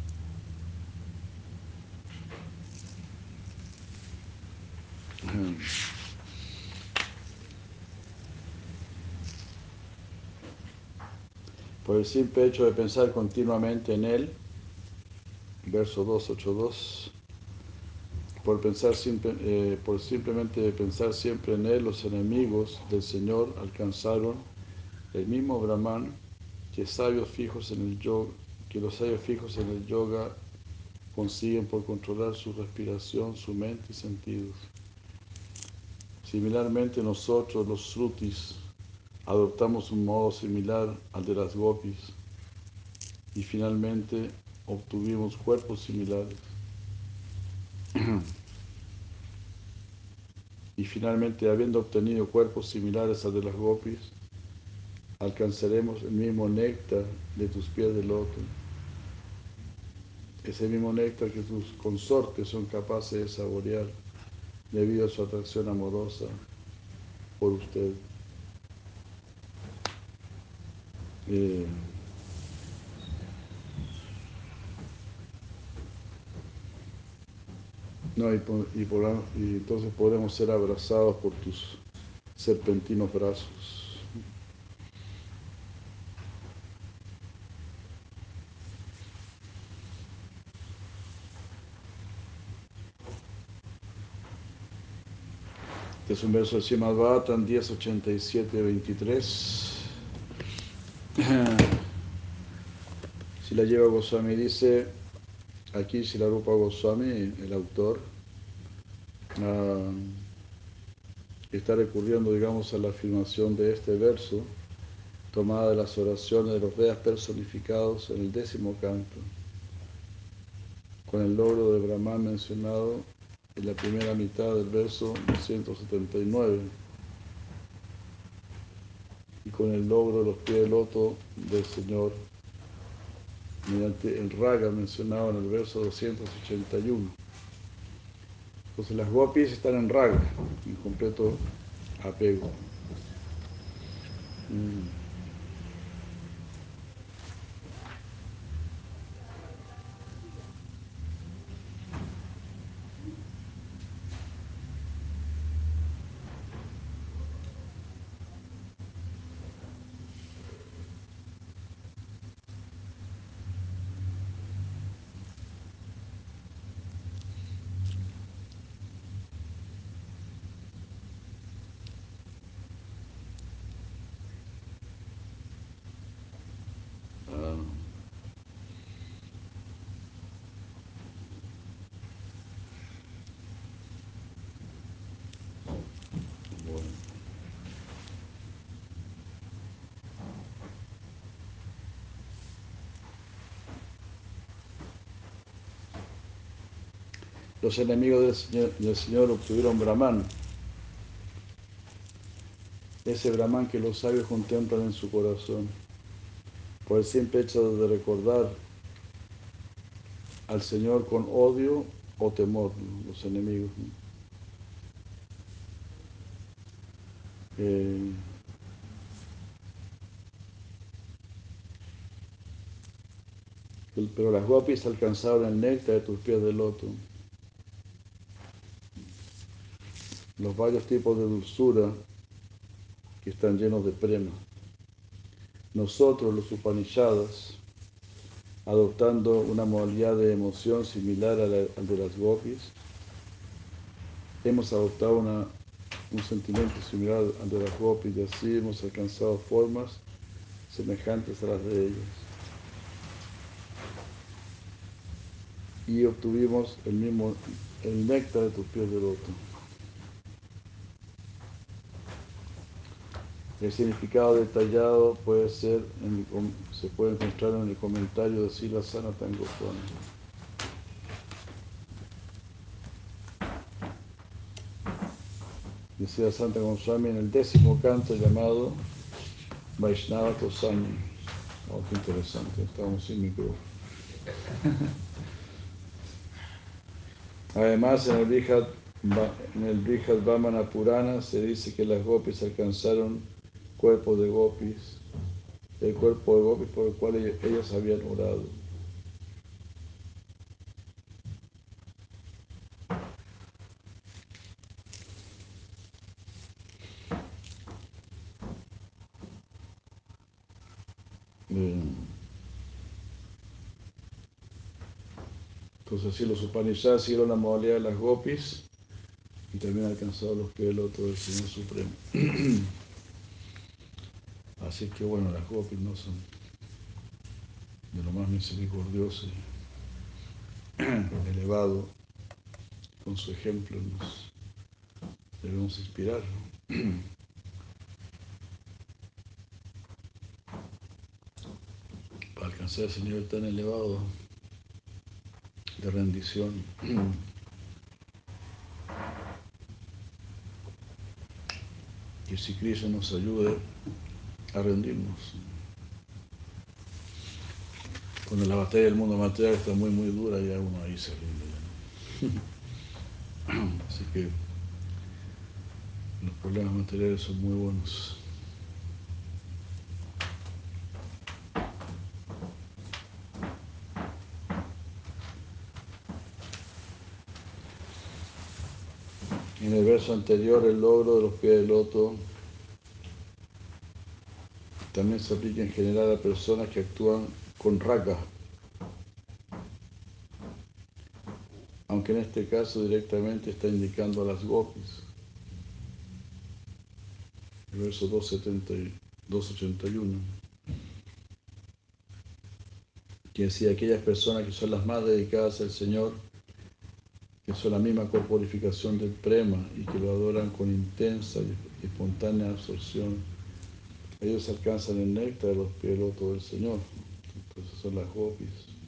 Por el simple hecho de pensar continuamente en Él, verso doscientos ochenta y dos, por, pensar simple, eh, por simplemente pensar siempre en Él, los enemigos del Señor alcanzaron el mismo Brahman que, sabios fijos en el yoga, que los sabios fijos en el yoga consiguen por controlar su respiración, su mente y sentidos. Similarmente nosotros, los Srutis, adoptamos un modo similar al de las gopis y finalmente obtuvimos cuerpos similares. Y finalmente, habiendo obtenido cuerpos similares al de las gopis, alcanzaremos el mismo néctar de tus pies de loto. Ese mismo néctar que tus consortes son capaces de saborear debido a su atracción amorosa por usted. Eh, no, y, y, por, y entonces podremos ser abrazados por tus serpentinos brazos. Este es un verso de Srimad Bhagavatam diez ochenta y siete veintitrés. Srila Jiva Goswami dice, aquí Srila Rupa Goswami, el autor, uh, está recurriendo, digamos, a la afirmación de este verso, tomada de las oraciones de los Vedas personificados en el décimo canto, con el logro de Brahman mencionado en la primera mitad del verso doscientos setenta y nueve, y con el logro de los pies de loto del Señor mediante el raga mencionado en el verso doscientos ochenta y uno. Entonces las gopis están en raga, en completo apego. Mm. Los enemigos del Señor, del Señor obtuvieron Brahman, ese Brahman que los sabios contemplan en su corazón, por el simple hecho de recordar al Señor con odio o temor, ¿no? Los enemigos, ¿no? Eh, pero las gopis alcanzaron el néctar de tus pies de loto, los varios tipos de dulzura que están llenos de prema. Nosotros, los Upanishadas, adoptando una modalidad de emoción similar a la, al de las gopis, hemos adoptado una, un sentimiento similar al de las gopis y así hemos alcanzado formas semejantes a las de ellas. Y obtuvimos el mismo, el néctar de tus pies de loto. El significado detallado puede ser, en, se puede encontrar en el comentario de Srila Sanatana Goswami. Decía Santa Goswami en el décimo canto llamado Vaishnava Tosami. Oh, qué interesante, estamos sin micrófono. Además, en el Brihad, en el Brihad Vamana Purana se dice que las gopis alcanzaron cuerpos de gopis, el cuerpo de gopis por el cual ellas habían orado. Entonces, así los Upanishads siguieron la modalidad de las gopis y también alcanzaron los pies del loto del Señor Supremo. Así que bueno, las gopis no son de lo más misericordioso y elevado. Con su ejemplo nos debemos inspirar. Para alcanzar ese nivel tan elevado de rendición. Que si Krishna nos ayude a rendirnos. Cuando la batalla del mundo material está muy muy dura, ya uno ahí se rinde. ¿No? Así que los problemas materiales son muy buenos. En el verso anterior, el logro de los pies del loto también se aplica en general a personas que actúan con raga, aunque en este caso directamente está indicando a las gopis. El verso doscientos ochenta y uno, que decía aquellas personas que son las más dedicadas al Señor, que son la misma corporificación del prema y que lo adoran con intensa y espontánea absorción, ellos alcanzan el néctar de los pies del loto del Señor. Entonces son las gopis.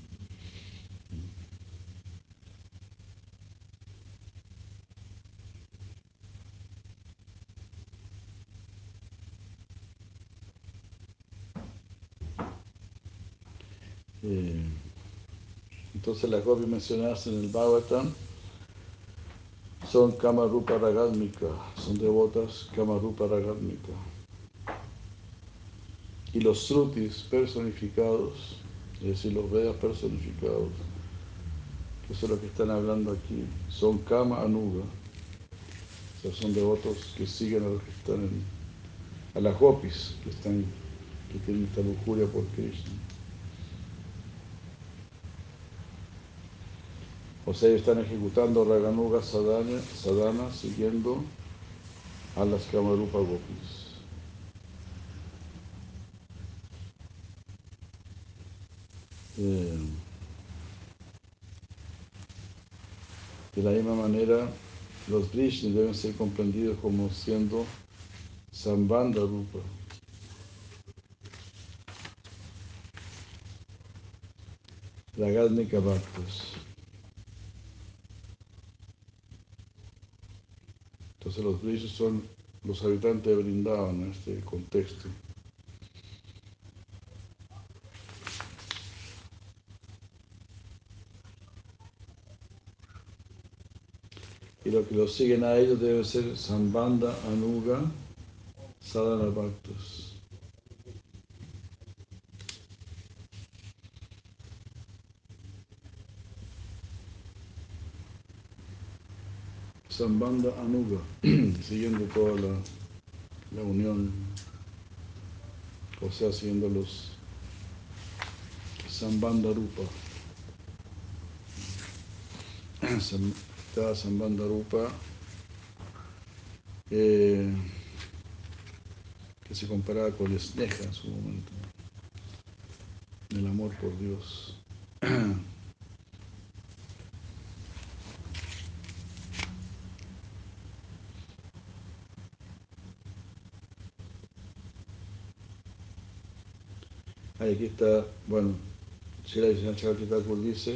Eh, entonces las gopis mencionadas en el Bhagavatam son Kama Rupa Ragátmika, son devotas Kama Rupa Ragátmika. Y los Srutis personificados, es decir, los Vedas personificados, que son los que están hablando aquí, son Kama Anuga, o sea, son devotos que siguen a los que están en, a las gopis, que están, que tienen esta lujuria por Krishna. O sea, ellos están ejecutando Raganuga Sadhana, sadhana siguiendo a las Kamarupa Gopis. Eh, de la misma manera, los Vrishnis deben ser comprendidos como siendo Sambandha Rupa. Ragadnika Bhaktas. Entonces los brishas son los habitantes de Vrindavan en este contexto. Y los que los siguen a ellos deben ser Sambandha, Anuga, Sadhana Bhaktas. Sambandha, Anuga, siguiendo toda la, la unión, o sea, siguiendo los Sambandha Rupa. Cada Sambandha Rupa eh, que se comparaba con el Sneha en su momento, el amor por Dios. Ahí aquí está, bueno, Srila Vishwanath Thakur dice,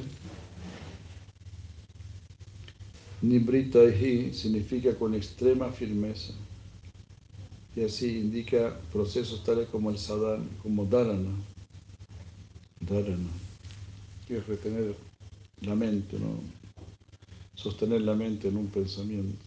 Nibritahi significa con extrema firmeza, y así indica procesos tales como el sadhana, como dharana, dharana, que es retener la mente, ¿no? Sostener la mente en un pensamiento.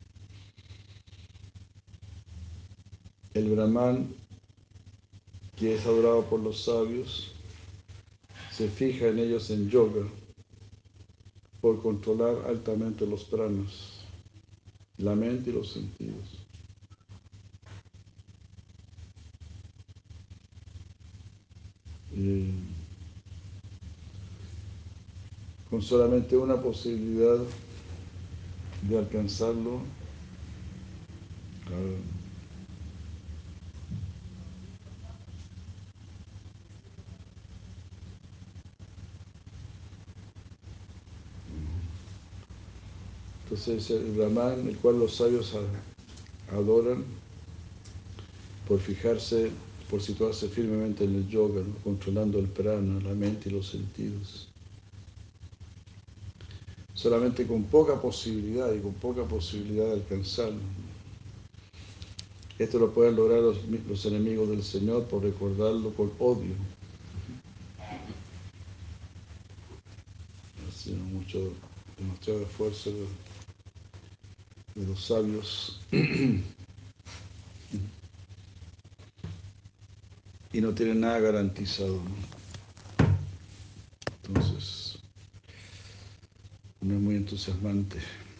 El Brahman, que es adorado por los sabios, se fija en ellos en yoga por controlar altamente los pranas, la mente y los sentidos. Y con solamente una posibilidad de alcanzarlo, claro, entonces el Brahman, el cual los sabios adoran por fijarse, por situarse firmemente en el yoga, ¿no? Controlando el prana, la mente y los sentidos. Solamente con poca posibilidad y con poca posibilidad de alcanzarlo. Esto lo pueden lograr los, los enemigos del Señor por recordarlo con odio. Ha sido mucho, demasiado esfuerzo de, de los sabios y no tienen nada garantizado, ¿no? Entonces, no es muy entusiasmante.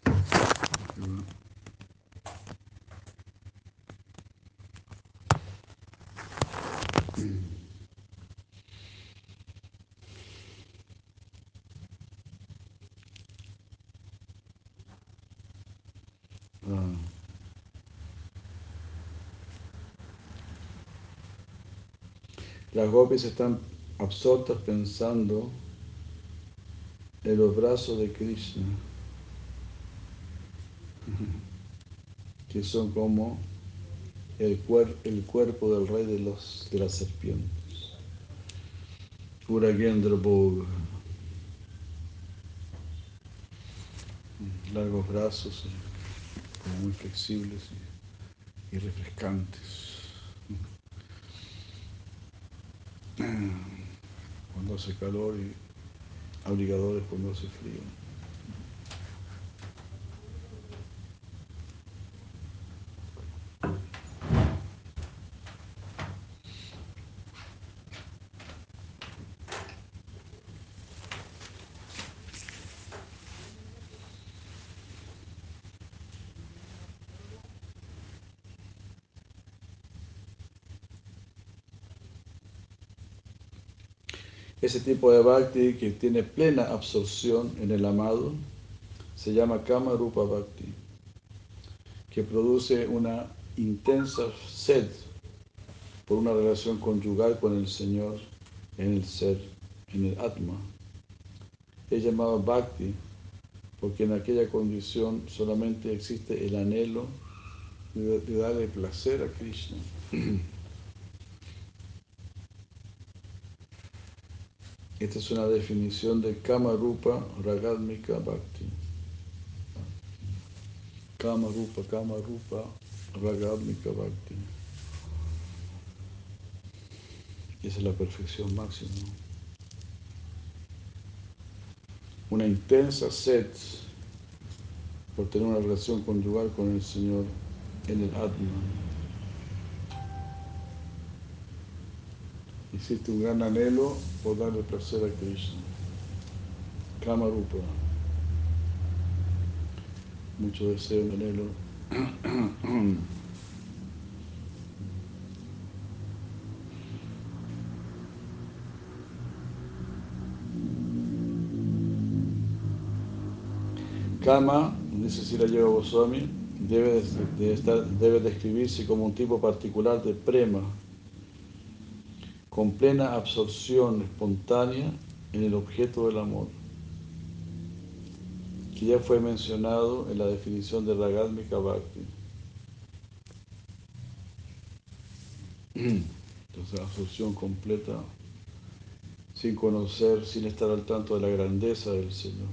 Ah. Las gopis están absortas pensando en los brazos de Krishna, que son como el, cuer el cuerpo del rey de, los, de las serpientes, Uragendra Bhoga, largos brazos, como muy flexibles y, y refrescantes. Cuando hace calor y abrigadores cuando hace frío. Ese tipo de bhakti que tiene plena absorción en el amado se llama Kama Rupa Bhakti, que produce una intensa sed por una relación conyugal con el Señor en el ser, en el Atma. Es llamado Bhakti porque en aquella condición solamente existe el anhelo de, de darle placer a Krishna. Esta es una definición de Kama Rupa Ragatmika Bhakti. Kama Rupa, Kama Rupa, Ragadmika Bhakti. Esa es la perfección máxima. Una intensa sed por tener una relación conyugal con el Señor en el Atma. Existe un gran anhelo por darle placer a Krishna. Kama Rupa. Mucho deseo y anhelo. Kama, dice Srila Jiva Goswami, debe, de estar, debe describirse como un tipo particular de prema, con plena absorción espontánea en el objeto del amor, que ya fue mencionado en la definición de Ragadmika Bhakti. Entonces, absorción completa, sin conocer, sin estar al tanto de la grandeza del Señor.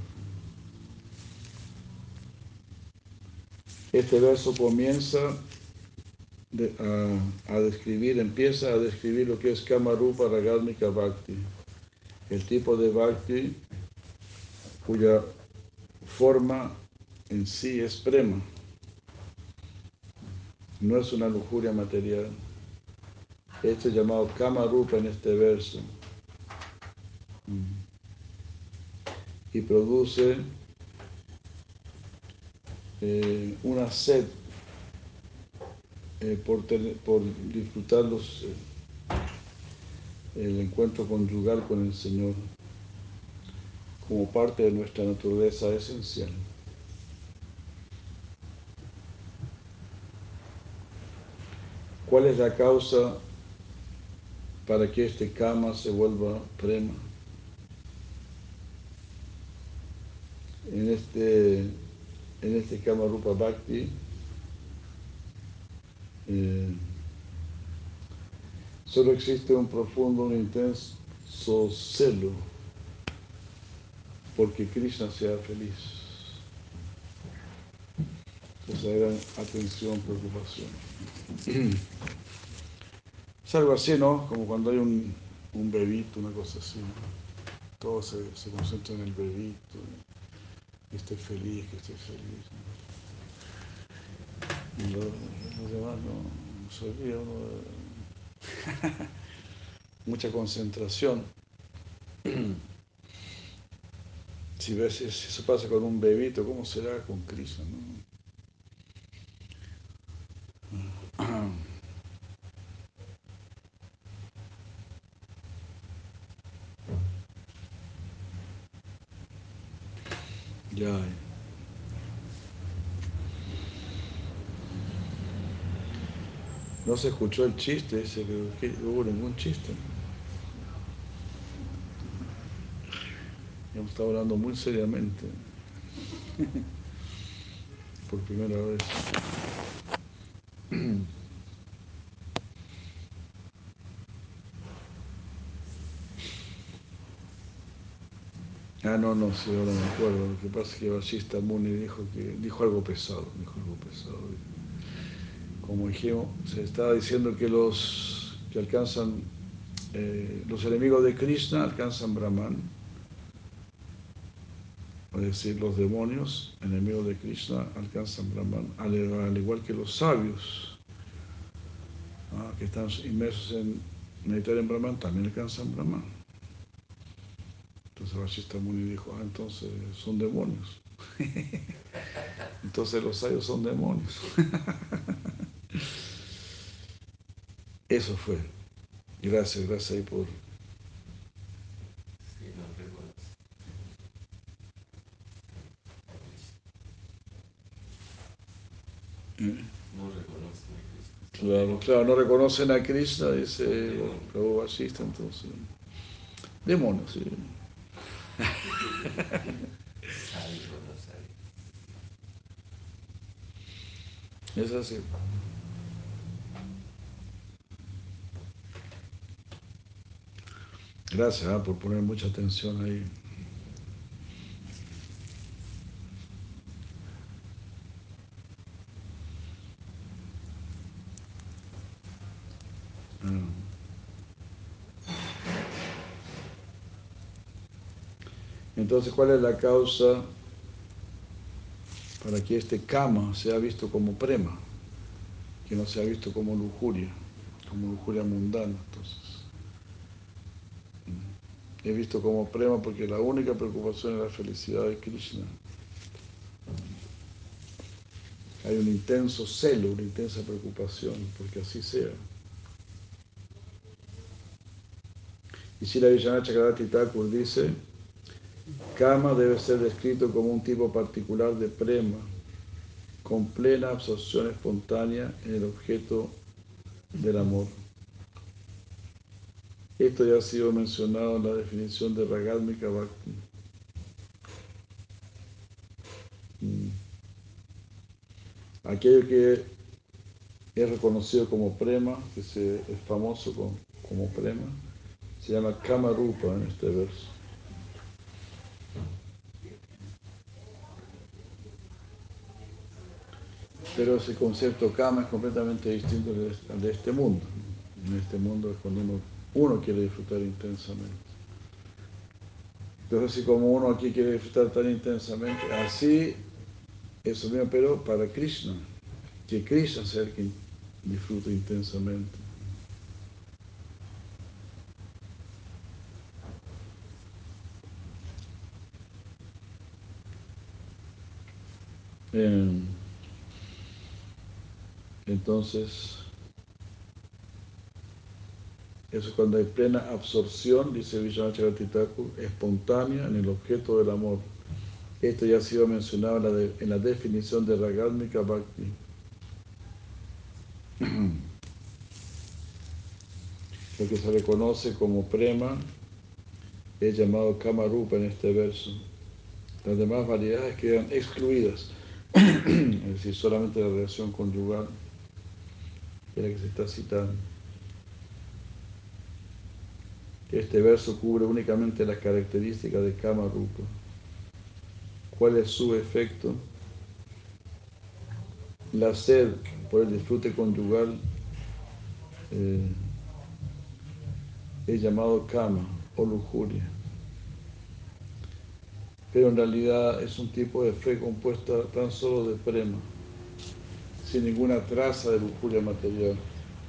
Este verso comienza de, a, a describir, empieza a describir lo que es Kama Rupa Ragadmika Bhakti, el tipo de Bhakti cuya forma en sí es prema, no es una lujuria material. Este es llamado Kama Rupa en este verso y produce eh, una sed eh, por, tener, por disfrutar los, eh, el encuentro conyugal con el Señor como parte de nuestra naturaleza esencial. ¿Cuál es la causa para que este kama se vuelva prema? En este, en este Kama Rupa Bhakti eh, solo existe un profundo, un intenso celo porque Krishna sea feliz. Esa era atención, preocupación. Es algo así, ¿no? Como cuando hay un, un bebito, una cosa así. Todo se, se concentra en el bebito. Que esté feliz, que esté feliz. Y los, los demás no se olvida uno de... Mucha concentración. Si ves, si eso pasa con un bebito, ¿cómo será con Krishna, no? Ya. No se escuchó el chiste ese, pero ¿qué? No hubo ningún chiste. Hemos estado hablando muy seriamente. Por primera vez. Ah, no, no, sí, ahora me acuerdo. Lo que pasa es que Vasista Muni dijo que dijo algo pesado, dijo algo pesado. Como dijimos, se estaba diciendo que los que alcanzan, eh, los enemigos de Krishna alcanzan Brahman. Es decir, los demonios, enemigos de Krishna, alcanzan Brahman, al, al igual que los sabios, ¿no? Que están inmersos en meditar en Brahman, también alcanzan Brahman. Entonces Vasista Muni dijo, ah, entonces son demonios. Entonces los sabios son demonios. Eso fue. Gracias, gracias ahí por... Sí, no reconoce. ¿Eh? No reconocen a Krishna. Claro, claro, no reconocen a Krishna, dice Prabhu Vasista, entonces. Demonios, sí. Sabio o no sabio. Es así. Gracias ah, por poner mucha atención ahí. Entonces, ¿cuál es la causa para que este kama sea visto como prema, que no sea visto como lujuria, como lujuria mundana? Entonces, he visto como prema porque la única preocupación es la felicidad de Krishna. Hay un intenso celo, una intensa preocupación, porque así sea. Y Srila Vishwanath Chakravarti Thakur dice, Kama debe ser descrito como un tipo particular de prema, con plena absorción espontánea en el objeto del amor. Esto ya ha sido mencionado en la definición de Ragadmika Bhakti. Aquello que es reconocido como prema, que se, es famoso como, como prema, se llama Kama Rupa en este verso. Pero ese concepto Kama es completamente distinto al de este mundo. En este mundo es cuando uno, uno quiere disfrutar intensamente. Entonces, así como uno aquí quiere disfrutar tan intensamente, así eso mismo, pero para Krishna, que Krishna sea el que disfruta intensamente. Eh, entonces, eso es cuando hay plena absorción, dice Vishwanath Chakravarti Thakur, espontánea en el objeto del amor. Esto ya ha sido mencionado en la, de, en la definición de Ragadmika Bhakti. Lo que se reconoce como prema es llamado Kama Rupa en este verso. Las demás variedades quedan excluidas, es decir, solamente la relación conyugal es la que se está citando. Este verso cubre únicamente las características de Kama Rupa. ¿Cuál es su efecto? La sed por el disfrute conyugal eh, es llamado Kama o lujuria. Pero en realidad es un tipo de fe compuesta tan solo de prema, sin ninguna traza de lujuria material.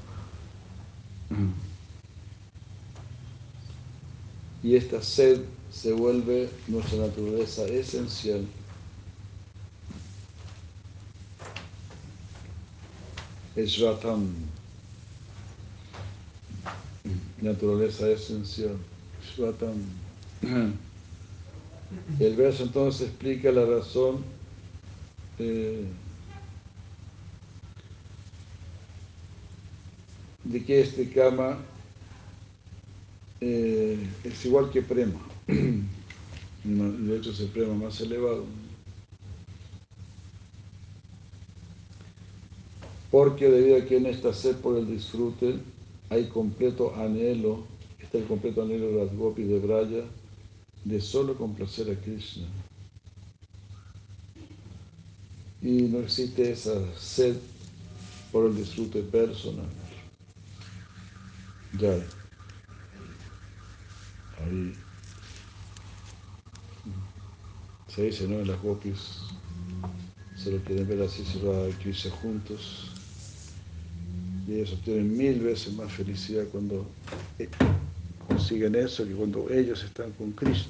Y esta sed se vuelve nuestra naturaleza esencial. Es Ratam, naturaleza esencial. Svatam. El verso entonces explica la razón eh, de que este Kama eh, es igual que Prema. De hecho es el Prema más elevado. Porque debido a que en esta sed por el disfrute hay completo anhelo, está el completo anhelo de las gopis de Braya, de solo complacer a Krishna. Y no existe esa sed por el disfrute personal. Ya, ahí se dice, ¿no? En las gopis se lo quieren ver así, se va a Krishna juntos. Y ellos obtienen mil veces más felicidad cuando consiguen eso que cuando ellos están con Krishna.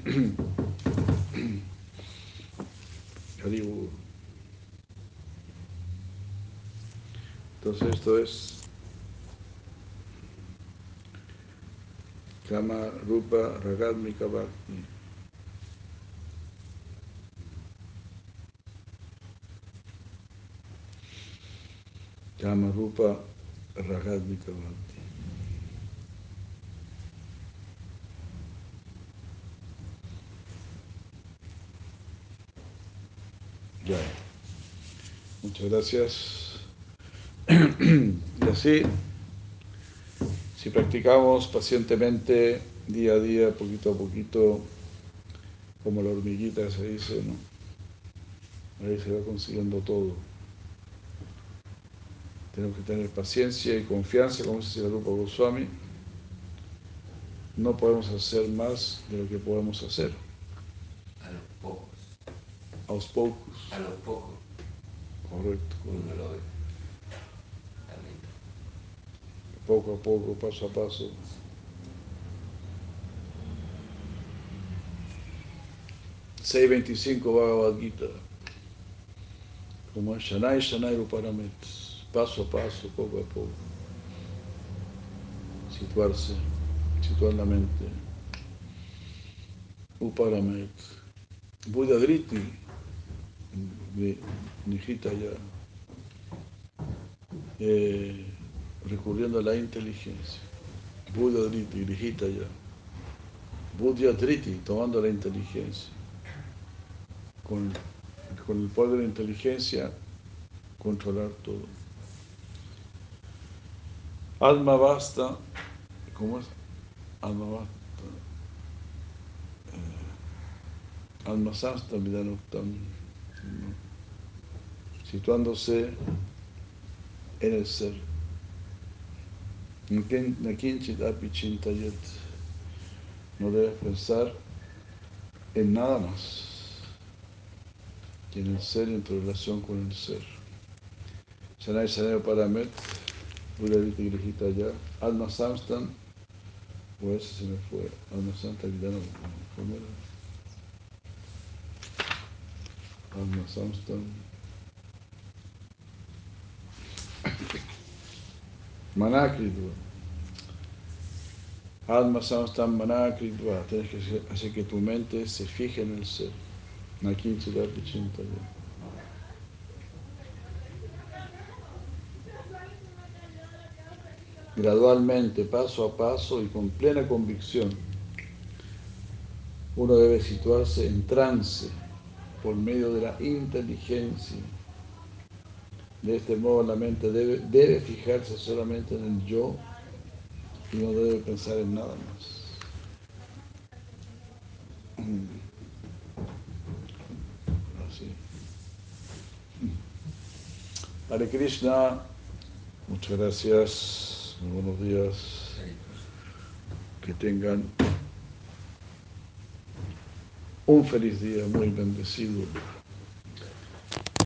Haribu. Entonces esto es Kama Rupa Ragadmika Bhakti. Kama Rupa Ragadmika Bhakti. Ya. Muchas gracias. Y así, si practicamos pacientemente, día a día, poquito a poquito, como la hormiguita se dice, ¿no? Ahí se va consiguiendo todo. Tenemos que tener paciencia y confianza, como dice la Rupa Goswami. No podemos hacer más de lo que podemos hacer. aos poucos. A los pocos. Correcto, Uno correcto. lo ve. Amén. Poco a poco, paso a paso. seiscientos veinticinco Bhagavad Gita. Como es Shanai Shanai Uparamet. Paso a paso, poco a poco. Situarse, situar la mente. Uparamet. Buddha Driti. Nijita ya. Eh, recurriendo a la inteligencia. Buddha Driti, Nijita ya. Buddha Driti, tomando la inteligencia. Con, con el poder de la inteligencia, controlar todo. Alma basta, ¿cómo es? Alma basta. Eh, alma sasta, vidanuktam. Situándose en el ser. Nakinchit api chintayet. No debes pensar en nada más que en el ser y en tu relación con el ser. Shanai Shanai Paramet, Buddha Viti Grihita ya, Alma Samstan, pues se me fue, Alma Santa Vidana, ¿cómo era? Alma Samstan. Manakritva. Alma Samstan Manakritva. Tienes que hacer que tu mente se fije en el ser. Nakinchirapi Chintaya. Gradualmente, paso a paso y con plena convicción, uno debe situarse en trance por medio de la inteligencia. De este modo la mente debe, debe fijarse solamente en el yo y no debe pensar en nada más. Así. Hare Krishna, muchas gracias, muy buenos días, que tengan un feliz día, muy bendecido.